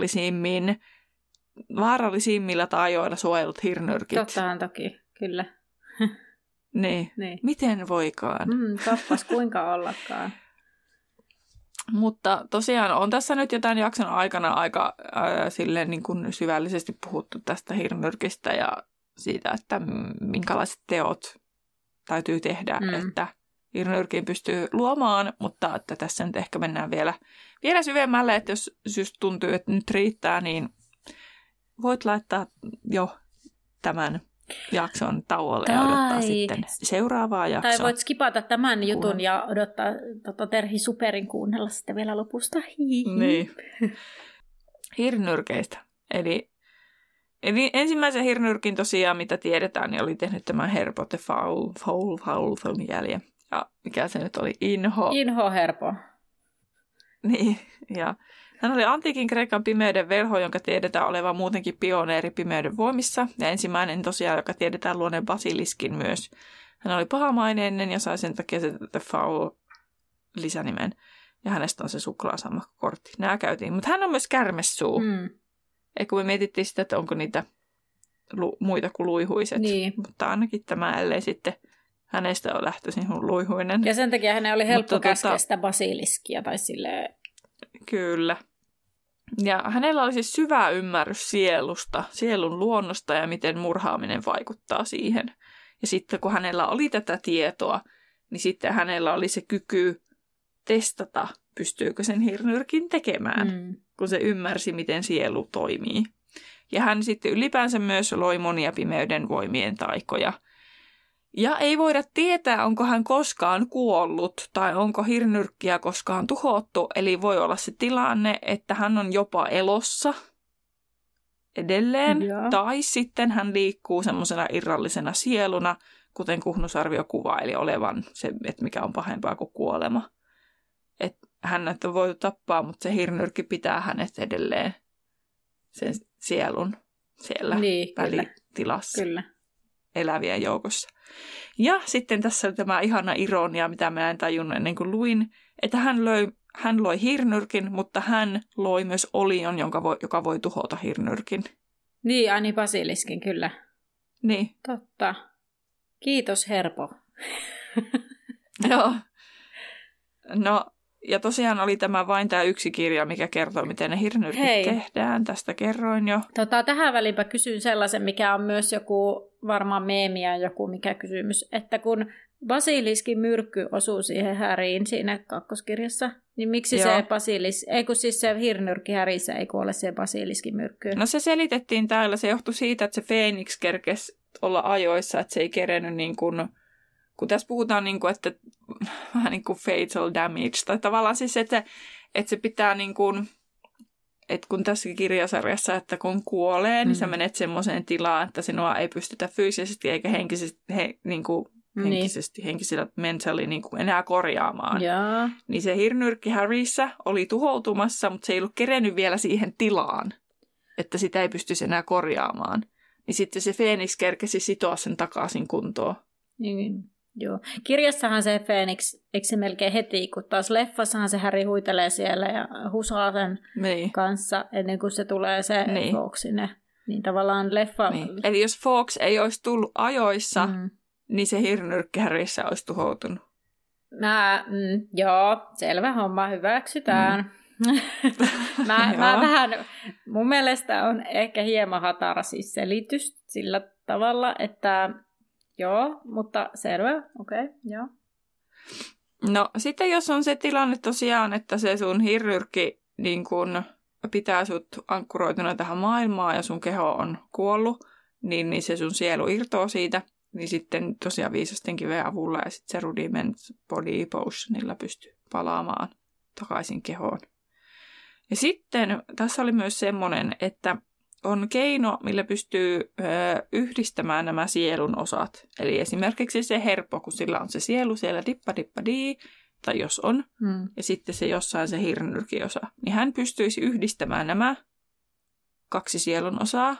vaarallisimmilla taajoilla suojellut hirnyrkit. Tottahan toki, kyllä. Niin. Miten voikaan? Toppas kuinka ollakaan. Mutta tosiaan on tässä nyt jo tämän jakson aikana aika silleen niin kuin syvällisesti puhuttu tästä hirnyrkistä ja siitä, että minkälaiset teot täytyy tehdä, että hirnyrkin pystyy luomaan, mutta että tässä nyt ehkä mennään vielä syvemmälle, että jos just tuntuu, että nyt riittää, niin voit laittaa jo tämän jakson tauolle ja odottaa sitten seuraavaa jaksoa. Tai voit skipata tämän jutun ja odottaa Terhi Superin kuunnella sitten vielä lopusta. Niin. Hirnyrkeistä. Eli ensimmäisen hirnyrkin tosiaan, mitä tiedetään, niin oli tehnyt tämän Herpo the Foul jäljen. Ja mikä se nyt oli? Inho Herpo. Niin, ja hän oli antiikin Kreikan pimeyden velho, jonka tiedetään olevan muutenkin pioneeri pimeyden voimissa. Ja ensimmäinen tosiaan, joka tiedetään luoneen basiliskin myös. Hän oli pahamaineinen ja sai sen takia se The Foul lisänimen. Ja hänestä on se suklaasammakkokortti. Nämä käytiin. Mutta hän on myös kärmessuu. Eikö me mietittiin sitä, että onko niitä muita kuin luihuiset. Niin. Mutta ainakin tämä ellei sitten hänestä on lähtöisin luihuinen. Ja sen takia hänen oli helppo käskeä sitä basiliskia tai silleen. Kyllä. Ja hänellä oli siis syvä ymmärrys sielusta, sielun luonnosta ja miten murhaaminen vaikuttaa siihen. Ja sitten kun hänellä oli tätä tietoa, niin sitten hänellä oli se kyky testata, pystyykö sen hirnyrkin tekemään, kun se ymmärsi, miten sielu toimii. Ja hän sitten ylipäänsä myös loi monia pimeyden voimien taikoja. Ja ei voida tietää, onko hän koskaan kuollut tai onko hirnyrkkiä koskaan tuhottu. Eli voi olla se tilanne, että hän on jopa elossa edelleen. Ja. Tai sitten hän liikkuu semmoisena irrallisena sieluna, kuten Kuhnusarvio kuvaili olevan se, että mikä on pahempaa kuin kuolema. Että hänet on voitu tappaa, mutta se hirnyrkki pitää hänet edelleen sen sielun siellä välitilassa. Kyllä. Elävien joukossa. Ja sitten tässä oli tämä ihana ironia, mitä mä en tajunnut ennen kuin luin, että hän loi hirnyrkin, mutta hän loi myös olion, joka voi tuhota hirnyrkin. Niin, Ani Basiliskin, kyllä. Niin. Totta. Kiitos, Herpo. Joo. No, ja tosiaan oli vain tämä yksi kirja, mikä kertoo, miten ne hirnyrkit tehdään. Tästä kerroin jo. Tähän väliinpä kysyn sellaisen, mikä on myös joku varmaan meemiä joku mikä kysymys, että kun Basiliskin myrkky osuu siihen Häriin siinä kakkoskirjassa, niin miksi se hirnyrkki Härissä ei kuole siihen Basiliskin myrkkyyn? No se selitettiin täällä. Se johtui siitä, että se Phoenix kerkesi olla ajoissa, että se ei kerennyt niin kuin, kun tässä puhutaan niin kuin, että vähän niin kuin fatal damage, tai tavallaan siis, että se pitää niin kuin, että kun tässä kirjasarjassa, että kun kuolee, niin sä menet semmoiseen tilaan, että sinua ei pystytä fyysisesti eikä henkisellä mentally niin kuin enää korjaamaan. Ja. Niin se hirnyrkki Härissä oli tuhoutumassa, mutta se ei ollut kerennyt vielä siihen tilaan, että sitä ei pystyisi enää korjaamaan. Niin sitten se Phoenix kerkesi sitoa sen takaisin kuntoon. Joo. Kirjassahan se Phoenix, eikö se melkein heti, kun taas leffassahan se Harry huitelee siellä ja husaa sen kanssa ennen kuin se tulee se Fawkes sinne. Niin tavallaan leffa... Niin. Eli jos Fawkes ei olisi tullut ajoissa, niin se hirnyrkki Harryssä olisi tuhoutunut. Joo, selvä homma, hyväksytään. Mä vähän, mun mielestä on ehkä hieman hatara siis selitys sillä tavalla, että joo, mutta selvä, okei, joo. No sitten jos on se tilanne tosiaan, että se sun hirnyrkki niin kun pitää sut ankkuroituna tähän maailmaan ja sun keho on kuollut, niin se sun sielu irtoaa siitä, niin sitten tosiaan viisasten kiveen avulla ja sitten se Rudiment Body Potionilla pystyy palaamaan takaisin kehoon. Ja sitten tässä oli myös semmoinen, että on keino, millä pystyy yhdistämään nämä sielun osat. Eli esimerkiksi se herpo, kun sillä on se sielu siellä dippa-dippa-dii, tai jos on, ja sitten se jossain se hirnyrkiosa, niin hän pystyisi yhdistämään nämä 2 sielun osaa.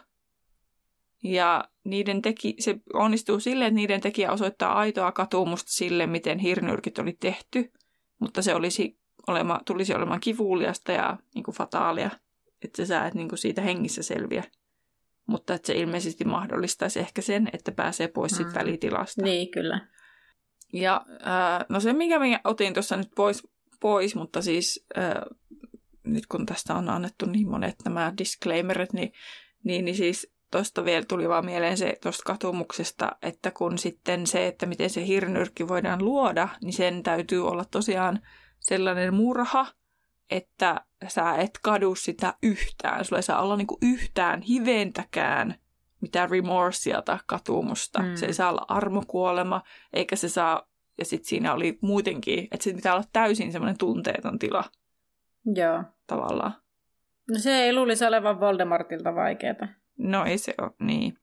Ja se onnistuu silleen, että niiden tekijä osoittaa aitoa katumusta sille, miten hirnyrkit oli tehty, mutta se tulisi olemaan kivuliasta ja niin kuin fataalia, että sä et niin kuin siitä hengissä selviä. Mutta että se ilmeisesti mahdollistaisi ehkä sen, että pääsee pois siitä välitilasta. Niin, kyllä. Ja no se, minkä minä otin tuossa nyt pois, mutta siis nyt kun tästä on annettu niin monet nämä disclaimerit, niin siis tuosta vielä tuli vaan mieleen se tuosta katumuksesta, että kun sitten se, että miten se hirnyrkki voidaan luoda, niin sen täytyy olla tosiaan sellainen murha, että sä et kadu sitä yhtään. Sulla ei saa olla niinku yhtään hiventäkään mitään remorsia tai katumusta. Se ei saa olla armokuolema, eikä se saa, ja sitten siinä oli muutenkin, että se pitää olla täysin semmoinen tunteeton tila. Joo. Tavallaan. No se ei luulisi olevan Voldemortilta vaikeaa. No ei se ole, niin.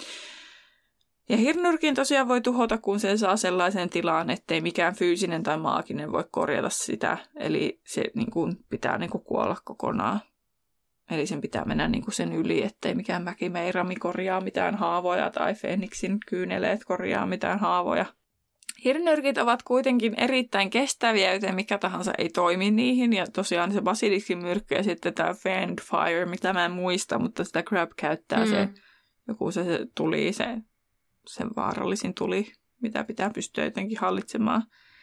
Ja hirnyrkin tosiaan voi tuhota, kun se saa sellaisen tilaan, ettei mikään fyysinen tai maaginen voi korjata sitä. Eli se niin kuin, pitää niin kuin, kuolla kokonaan. Eli sen pitää mennä niin kuin, sen yli, ettei mikään mäkimeirami korjaa mitään haavoja tai Feeniksin kyyneleet korjaa mitään haavoja. Hirnyrkit ovat kuitenkin erittäin kestäviä, joten mikä tahansa ei toimi niihin. Ja tosiaan se Basiliskin myrkky ja sitten tämä Fend Fire, mitä mä en muista, mutta sitä Crab käyttää se tuli, sen vaarallisin tuli, mitä pitää pystyä jotenkin hallitsemaan.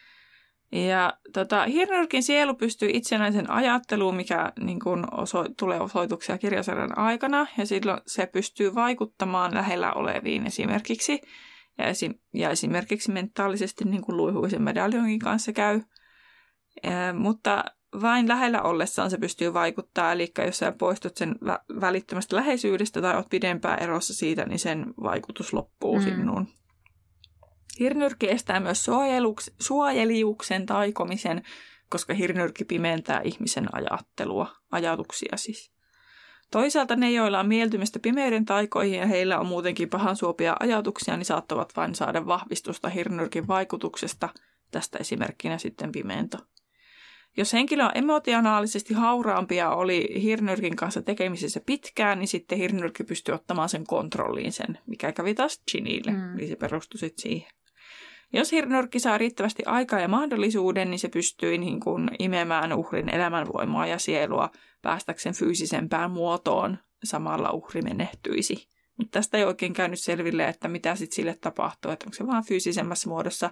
Ja hirnyrkin sielu pystyy itsenäisen ajatteluun, mikä niin kun tulee osoituksia kirjasarjan aikana, ja silloin se pystyy vaikuttamaan lähellä oleviin esimerkiksi. Ja esimerkiksi mentaalisesti niin kuin Luihuisen medaljonkin kanssa käy. Mutta vain lähellä ollessaan se pystyy vaikuttaa, eli jos sä poistut sen välittömästä läheisyydestä tai oot pidempään erossa siitä, niin sen vaikutus loppuu sinuun. Hirnyrkki estää myös suojeliuksen taikomisen, koska hirnyrkki pimentää ihmisen ajatuksia siis. Toisaalta ne, joilla on mieltymistä pimeyden taikoihin ja heillä on muutenkin pahansuopia ajatuksia, niin saattavat vain saada vahvistusta hirnyrkin vaikutuksesta, tästä esimerkkinä sitten pimento. Jos henkilö on emotionaalisesti hauraampi ja oli hirnyrkin kanssa tekemisessä pitkään, niin sitten hirnyrkki pystyy ottamaan sen kontrolliin sen, mikä kävi taas Ginille, eli se perustui sitten siihen. Jos hirnyrkki saa riittävästi aikaa ja mahdollisuuden, niin se pystyy niin kuin imemään uhrin elämänvoimaa ja sielua päästäkseen fyysisempään muotoon, samalla uhri menehtyisi. Mutta tästä ei oikein käynyt selville, että mitä sitten sille tapahtuu, että onko se vaan fyysisemmässä muodossa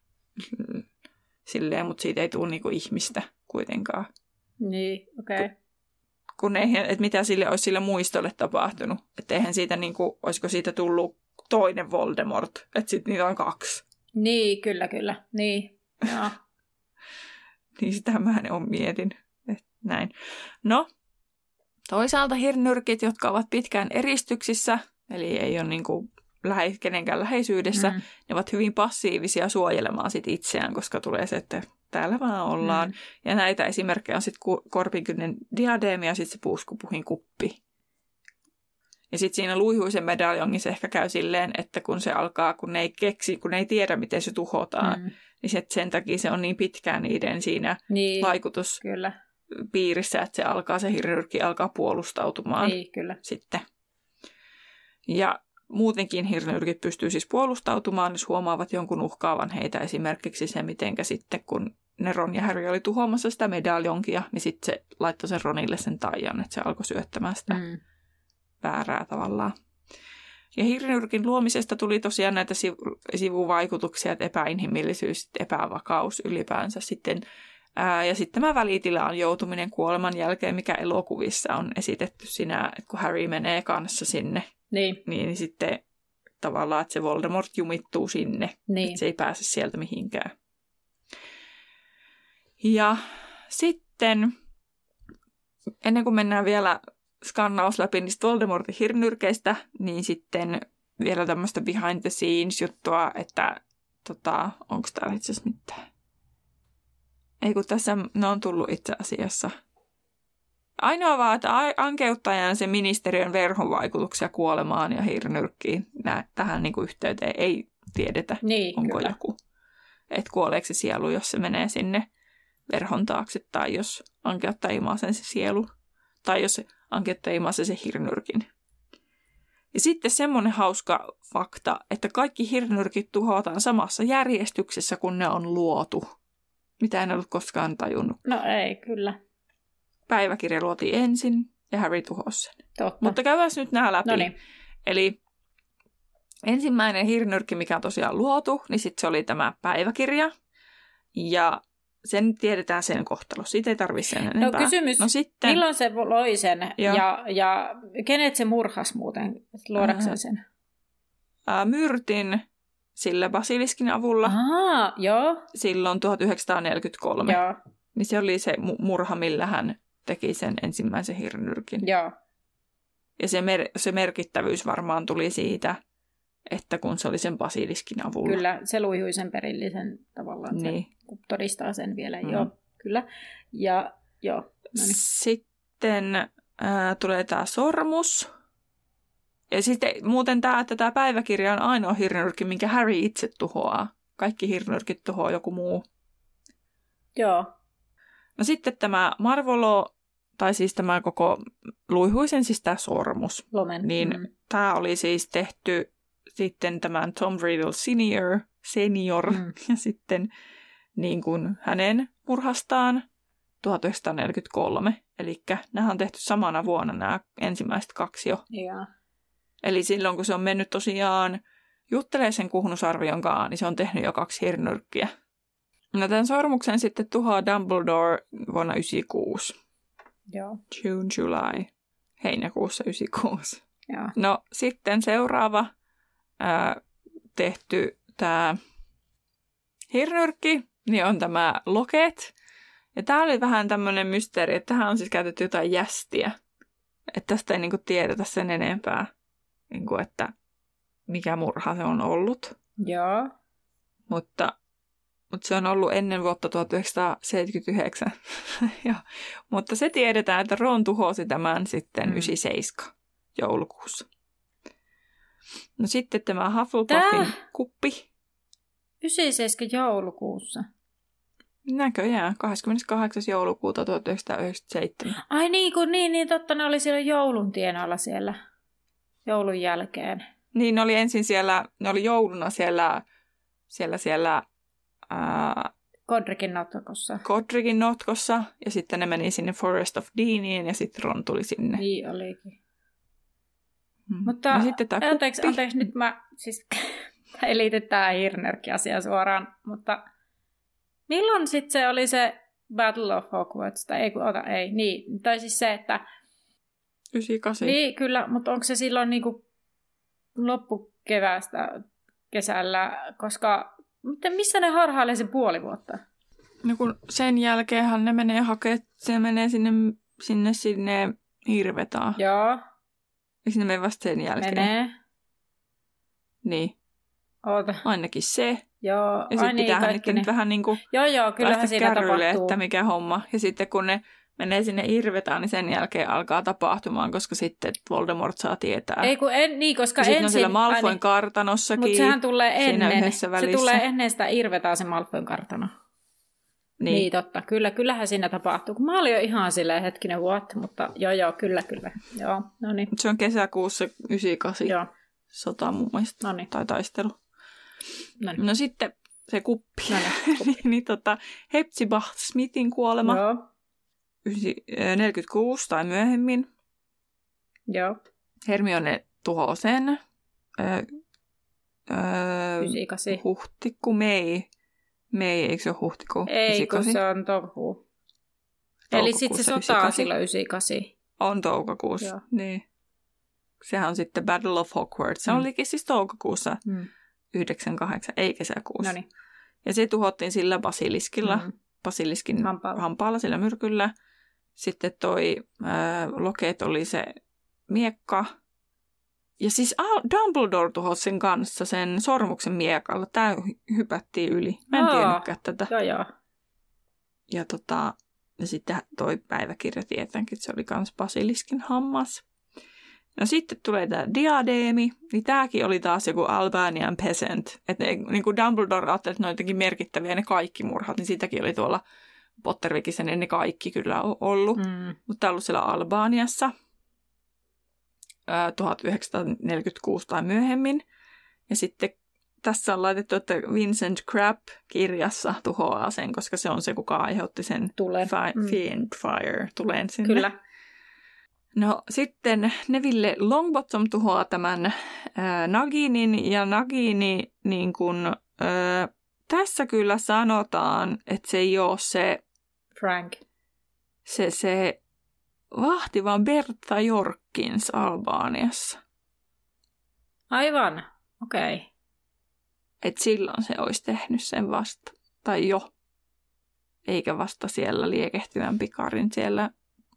silleen, mutta siitä ei tule niinku ihmistä kuitenkaan. Niin, okei. Okay. Kun eihän, että mitä sille olisi sille muistolle tapahtunut. Että eihän siitä niinku, olisiko siitä tullut toinen Voldemort, että sitten niitä on 2. Niin, kyllä. Niin, joo. Niin sitä mä en mietin. Näin. No, toisaalta hirnyrkit, jotka ovat pitkään eristyksissä, eli ei ole niinku kenenkään läheisyydessä, ne ovat hyvin passiivisia suojelemaan sit itseään, koska tulee se, että täällä vaan ollaan. Ja näitä esimerkkejä on sitten korpinkynnen diadeemi ja sitten se puuskupuhin kuppi. Ja sitten siinä luihuisen medaljongissa ehkä käy silleen, että kun se alkaa, kun ne ei tiedä, miten se tuhotaan, niin sen takia se on niin pitkään niiden siinä vaikutuspiirissä, että se hirnyrkki alkaa puolustautumaan sitten. Ja muutenkin hirnyrkit pystyy siis puolustautumaan, jos huomaavat jonkun uhkaavan heitä. Esimerkiksi se, mitenkä sitten, kun ne Ron ja Harry oli tuhoamassa sitä medaljonkia, niin sitten se laittoi sen Ronille sen taian, että se alkoi syöttämään sitä väärää tavallaan. Ja hirnyrkin luomisesta tuli tosiaan näitä sivuvaikutuksia, että epäinhimillisyys, epävakaus ylipäänsä sitten. Ja sitten tämä välitila on joutuminen kuoleman jälkeen, mikä elokuvissa on esitetty siinä, että kun Harry menee kanssa sinne. Niin sitten tavallaan, että se Voldemort jumittuu sinne, että se ei pääse sieltä mihinkään. Ja sitten, ennen kuin mennään vielä skannaus läpi niistä Voldemortin hirnyrkeistä, niin sitten vielä tämmöistä behind the scenes juttua, että onko täällä itse asiassa mitään? Ei kun tässä ne on tullut itse asiassa. Ainoa vaan, että ankeuttajan se ministeriön verhon vaikutuksia kuolemaan ja hirnyrkkiin tähän niin kuin yhteyteen ei tiedetä, onko joku. Että kuoleeko se sielu, jos se menee sinne verhon taakse, tai jos ankeuttaa imasen se sielu, tai jos se ankeuttaa imasen se hirnyrkin. Ja sitten semmoinen hauska fakta, että kaikki hirnyrkit tuhotaan samassa järjestyksessä, kun ne on luotu. Mitä en ollut koskaan tajunnut. No ei, kyllä. Päiväkirja luotiin ensin ja Harry tuhosi sen. Totta. Mutta käydään nyt nämä läpi. Noniin. Eli ensimmäinen hirnyrkki, mikä on tosiaan luotu, niin sitten se oli tämä päiväkirja. Ja sen tiedetään sen kohtalo. Siitä ei tarvitse sen enempää. No kysymys, sitten, milloin se loi sen ja kenet se murhasi muuten luodakseen sen? Myrtin sillä basiliskin avulla. Joo. Silloin 1943. Joo. Niin se oli se murha, millä hän teki sen ensimmäisen hirnyrkin. Joo. Ja se merkittävyys varmaan tuli siitä, että kun se oli sen basiliskin avulla. Kyllä, se luihui sen perillisen tavallaan. Niin. Se todistaa sen vielä. Joo, kyllä. Ja joo. Noniin. Sitten tulee tämä sormus. Ja sitten muuten tämä päiväkirja on ainoa hirnyrkki, minkä Harry itse tuhoaa. Kaikki hirnyrkit tuhoaa joku muu. Joo. No sitten tämä Marvolo, tai siis tämä koko luihuisen, siis tämä sormus. Lomen. Niin tämä oli siis tehty sitten tämän Tom Riddle senior ja sitten niin kuin hänen murhastaan 1943. Eli nämä on tehty samana vuonna nämä ensimmäiset 2 jo. Yeah. Eli silloin kun se on mennyt tosiaan juttelee sen kuhnusarvion kanssa, niin se on tehnyt jo 2 hirnyrkkiä. No tämän sormuksen sitten tuhoaa Dumbledore vuonna 1996. Joo. July. Heinäkuussa 1996. Joo. No sitten seuraava tehty tämä hirnyrkki, niin on tämä Locket, Ja tää oli vähän tämmönen mysteeri, että tähän on siis käytetty jotain jästiä. Että tästä ei niinku tiedetä sen enempää, niinku, että mikä murha se on ollut. Joo. Mutta se on ollut ennen vuotta 1979. Mutta se tiedetään, että Ron tuhosi tämän sitten 97 joulukuussa. No sitten tämä Hufflepuffin kuppi. 97 joulukuussa. Näköjään, 28. joulukuuta 1997. Ai niin, totta, ne oli siellä joulun tienoilla siellä, joulun jälkeen. Niin, ne oli ensin siellä, ne oli jouluna siellä Godricin notkossa, ja sitten ne meni sinne Forest of Deaniin, ja sitten Ron tuli sinne. Niin olikin. Mutta no, sitten tämä anteeksi, nyt mä, siis ei liity tähän Hirnörkki-asiaan suoraan, mutta milloin sitten se oli se Battle of Hogwarts, tai tai siis se, että 98. Niin, kyllä, mutta onko se silloin niinku loppukeväästä kesällä, koska missä ne harhailee se puoli vuotta? No kun sen jälkeenhän ne menee se menee sinne Hirvetaan. Joo. Ja sinne menee vasta sen jälkeen. Menee. Niin. Oota. Ainakin se. Joo. Ja sitten pitäähän nyt vähän niinku Joo, kyllähän siinä tapahtuu. Että mikä homma. Ja sitten kun ne menee sinne Hirvetaan, niin sen jälkeen alkaa tapahtumaan, koska sitten Voldemort saa tietää. Ei kun koska ensin... on siellä Malfoyn kartanossakin. Mutta sehän tulee ennen. Se tulee ennen sitä Hirvetaan se Malfoyn kartano. Niin totta. Kyllähän siinä tapahtuu. Kun mä olin jo ihan silleen hetkinen mutta joo, kyllä. Joo, no niin. Se on kesäkuussa 98. Joo. Sota mun mielestä. Noniin. Tai taistelu. Noniin. No sitten se kuppi. Kuppi. Hepzibah Smithin kuolema. Joo. 46 tai myöhemmin. Joo. Hermione tuhoaa sen. 98. Huhtikuu, Mei, eikö se ole huhtikuu? Ei, kun se on toukokuu. Eli sitten se sota on silloin 98. On toukokuussa, joo. Niin. Sehän on sitten Battle of Hogwarts. Se olikin siis toukokuussa 98, ei kesäkuussa. Noniin. Ja se tuhottiin sillä basiliskin hampaalla, sillä myrkyllä. Sitten toi Loket oli se miekka. Ja siis Dumbledore tuhosi sen kanssa, sen sormuksen miekalla. Tää hypättiin yli. Mä en tiennytkään tätä. Joo. Ja sitten toi päiväkirja tietenkin, että se oli kans basiliskin hammas. No sitten tulee tää diadeemi, niin tääkin oli taas joku Albanian peasant. Että niin kuin Dumbledore ajatteli, että ne on jotenkin merkittäviä ne kaikki murhat, niin sitäkin oli tuolla Pottervikissä, niin ne kaikki kyllä on ollut. Mutta tää on ollut siellä Albaniassa 1946 tai myöhemmin. Ja sitten tässä on laitettu, että Vincent Crabbe-kirjassa tuhoaa sen, koska se on se, kuka aiheutti sen Fiend Fire tulen sinne. Kyllä. No sitten Neville Longbottom tuhoaa tämän Naginin, ja Nagini niin kun, tässä kyllä sanotaan, että se ei ole se Frank. Se vahti, vaan Bertha Jorkins Albaniassa. Aivan, okei. Okay. Että silloin se olisi tehnyt sen vasta, tai jo. Eikä vasta siellä liekehtivän pikarin siellä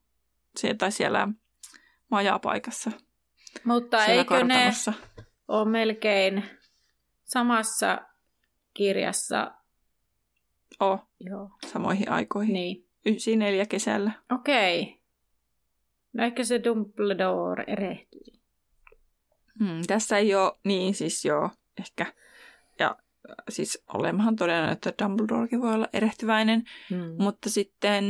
majapaikassa. Mutta siellä eikö kartanossa. Ne ole melkein samassa kirjassa? Joo, samoihin aikoihin. Niin. 94 kesällä. Okei. No ehkä se Dumbledore erehtyi. Tässä ei ole, niin siis joo, ehkä. Ja siis olemmehan todennut, että Dumbledorekin voi olla erehtyväinen. Mutta sitten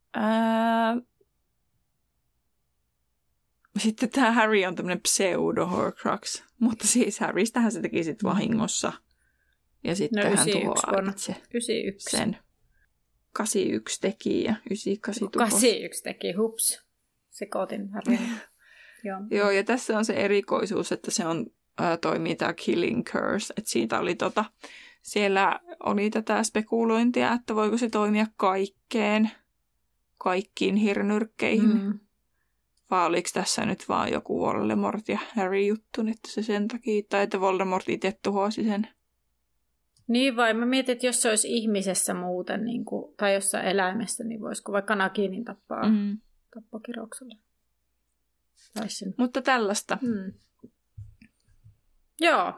tämä Harry on tämmöinen pseudo-Horcrux. Mutta siis Harrystähän se teki sitten vahingossa. Ja sitten hän tuhoaa itse 91. sen. 81 teki ja 98 tuhosi. 81 teki, hups. Sekoitin Harry. Joo, ja tässä on se erikoisuus, että se on toimii tämä Killing Curse. Että siitä oli siellä oli tätä spekulointia, että voiko se toimia kaikkiin hirnyrkkeihin. Vai oliko tässä nyt vaan joku Voldemort ja Harry juttu, että se sen takia, tai että Voldemort itse tuhosi sen. Niin vai mä mietin, että jos se olisi ihmisessä muuten, niin kuin, tai jossain eläimessä, niin voisiko vaikka nakiinin tappaa tappokirouksella. Mutta tällaista. Joo.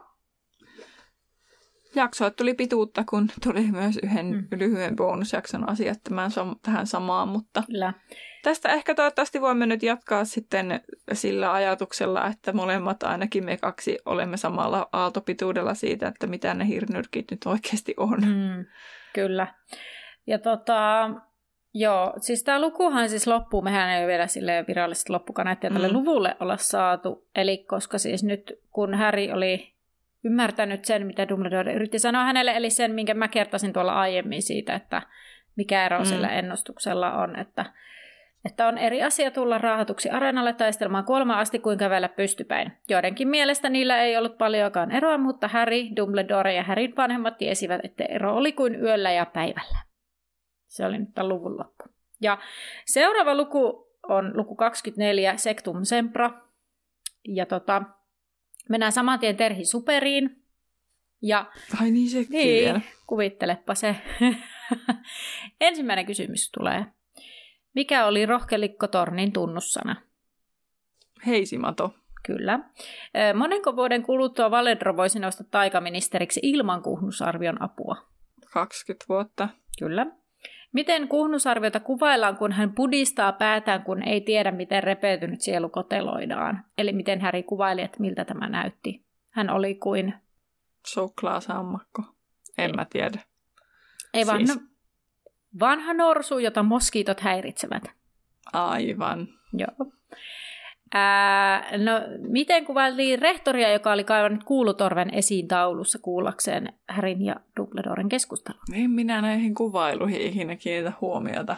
Jaksoa tuli pituutta, kun tuli myös yhden lyhyen bonusjakson asiat tähän samaan, mutta Kyllä. Tästä ehkä toivottavasti voimme nyt jatkaa sitten sillä ajatuksella, että molemmat ainakin me kaksi olemme samalla aaltopituudella siitä, että mitä ne hirnyrkit nyt oikeasti on. Kyllä. Ja joo, siis tämä lukuhan siis loppuu, mehän ei ole vielä sille virallisesti loppukaneettia tälle luvulle olla saatu, eli koska siis nyt kun Harry oli ymmärtänyt sen, mitä Dumbledore yritti sanoa hänelle, eli sen, minkä mä kertasin tuolla aiemmin siitä, että mikä ero sillä ennustuksella on, että on eri asia tulla raahatuksi areenalle taistelmaan kuolemaan asti kuin kävellä pystypäin. Joidenkin mielestä niillä ei ollut paljoakaan eroa, mutta Harry, Dumbledore ja Harryn vanhemmat tiesivät, että ero oli kuin yöllä ja päivällä. Se oli nyt tämän luvun loppu. Ja seuraava luku on luku 24, Sectum Sempra. Ja mennään saman tien Terhi Superiin. Ja, ai niin sekin vielä. Kuvittelepa se. Ensimmäinen kysymys tulee. Mikä oli rohkelikkotornin tunnussana? Heisimato. Kyllä. Monenko vuoden kuluttua Valedro voisi nousta taikaministeriksi ilman Kuhnusarvion apua? 20 vuotta. Kyllä. Miten Kuhnusarviota kuvaillaan, kun hän pudistaa päätään, kun ei tiedä, miten repeytynyt sielu koteloidaan? Eli miten Harry kuvaili, että miltä tämä näytti? Hän oli kuin... suklaasammakko. En mä tiedä. Ei vaan vanha norsu, jota moskiitot häiritsevät. Aivan. Joo. No, miten kuvailtiin rehtoria, joka oli kaivannut kuulutorven esiin taulussa kuullakseen Harryn ja Dumbledoren keskustelua? En minä näihin kuvailuihin ikinä kiinnitä huomiota.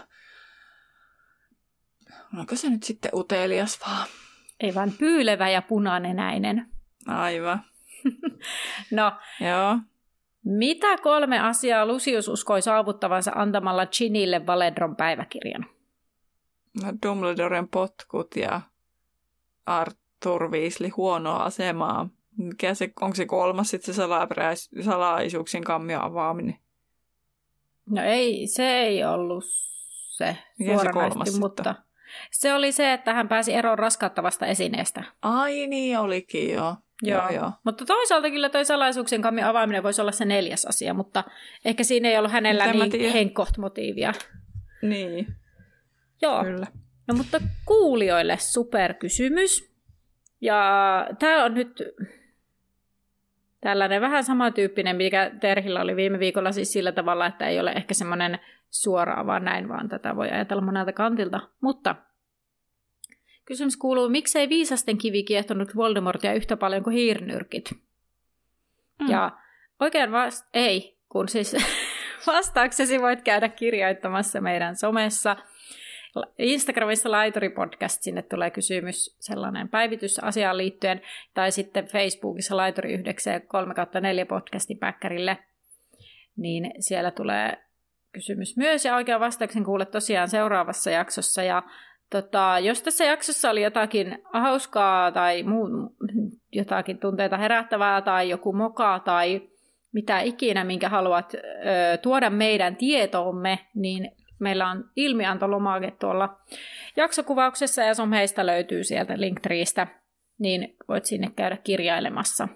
Onko se nyt sitten utelias vaan? Ei vaan pyylevä ja punanenäinen. Aivan. No, joo. Mitä 3 asiaa Lucius uskoi saavuttavansa antamalla Ginnylle Valedron päiväkirjan? No, Dumbledoren potkut ja Arthur Weasley huonoa asemaa. Onko se 3 sitten se salaisuuksien kammion avaaminen? No ei, se ei ollut se suoranaisesti, mutta se oli se, että hän pääsi eroon raskauttavasta esineestä. Ai niin olikin, joo. Joo. Mutta toisaalta kyllä toi salaisuuksien kammion avaaminen voisi olla se 4. asia, mutta ehkä siinä ei ollut hänellä niin henkkoht-motiivia. Niin. Joo. Kyllä. No mutta kuulijoille superkysymys. Ja tämä on nyt tällainen vähän samantyyppinen, mikä Terhillä oli viime viikolla siis sillä tavalla, että ei ole ehkä semmoinen suoraan vaan näin, vaan tätä voi ajatella monelta kantilta. Mutta kysymys kuuluu, miksei viisasten kivi kiehtonut Voldemortia yhtä paljon kuin hiirnyrkit? Ja oikein ei, kun siis vastauksesi voit käydä kirjoittamassa meidän somessa. Instagramissa Laituri-podcast, sinne tulee kysymys, sellainen päivitys asiaan liittyen, tai sitten Facebookissa Laituri 9 ja 3/4 podcastin päkkärille, niin siellä tulee kysymys myös, ja oikean vastauksen kuulet tosiaan seuraavassa jaksossa, ja jos tässä jaksossa oli jotakin hauskaa, tai jotakin tunteita herättävää, tai joku moka, tai mitä ikinä, minkä haluat tuoda meidän tietoomme, niin meillä on ilmiantolomake tuolla jaksokuvauksessa ja someista löytyy sieltä Linktreestä, niin voit sinne käydä kirjailemassa.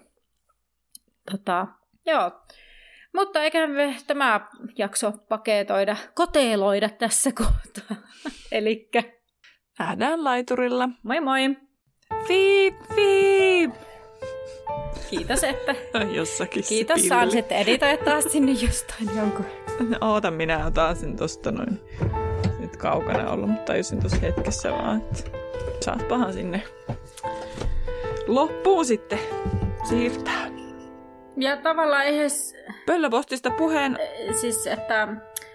Joo. Mutta eiköhän me tämä jakso paketoida, koteloida tässä kohtaa. Elikkä nähdään laiturilla. Moi moi! Fiip, fiip! Kiitos, että... Jossakin kiitos, spilli. saan sitten editoida taas sinne jostain jonkun. Oota, minä otan tosta noin. Nyt kaukana ollut, mutta tajusin tuossa hetkessä vaan, että saatpahan sinne loppuun sitten siirtää. Ja tavallaan edes... Pöllöpostista puheen... Siis, että...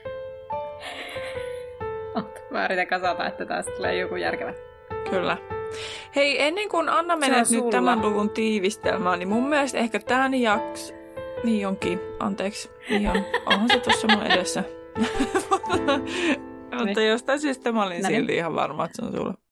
Mä yritän kasata, että taas tulee joku järkevä. Kyllä. Hei, ennen kuin Anna menet nyt tämän luvun tiivistelmään, niin mun mielestä ehkä tämän jakso... Niin onkin, anteeksi. Niin onhan se tuossa mun edessä. Mutta jostain syystä mä olin silti ihan varma, että se on sulla.